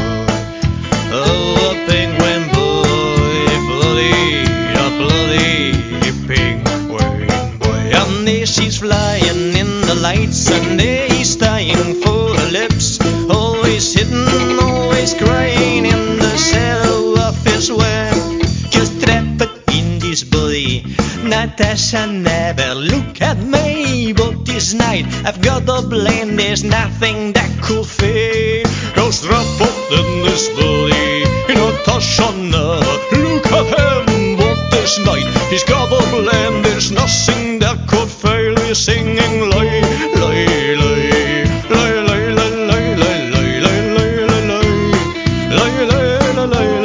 Oh, a penguin boy, a bloody penguin boy. And there she's flying in the lights, and there he's dying for her lips. Always hidden, always crying in the shadow of his web. Just trapped in this body. Natasha, never look at me, but this night I've got to blame. There's nothing that could fade. Cause trapped in this body. Natasha, never look at him, but this night he's got to blame. There's nothing that could fail. He's singing lay, lay, lay, lay, lay, lay, lay, lay, lay, lay, lay, lay, lay, lay,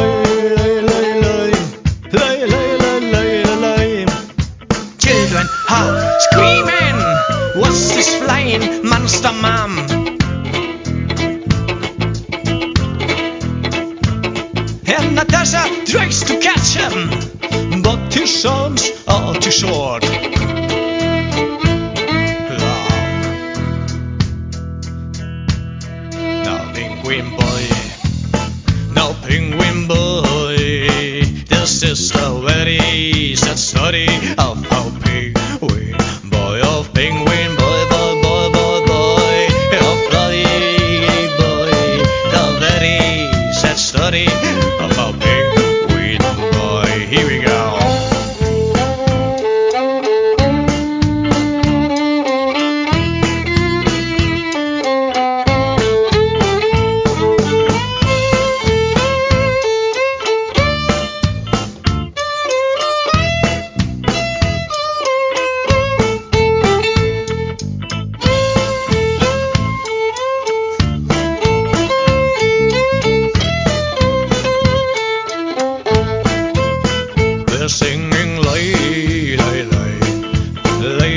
children are screaming. What's this flying monster, mom? And Natasha tries to catch him, but his arms are too short. Now, penguin boy, now penguin boy, this is the very sad story of how penguin boy, of penguin boy, boy, boy, boy, boy, of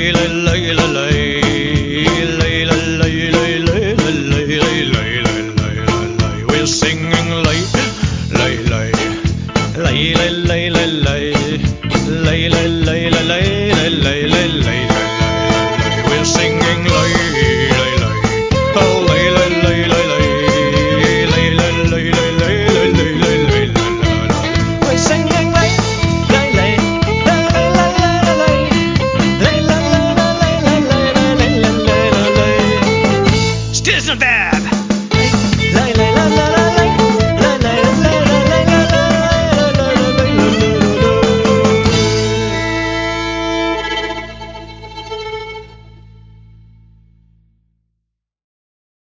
lay, lay, lay,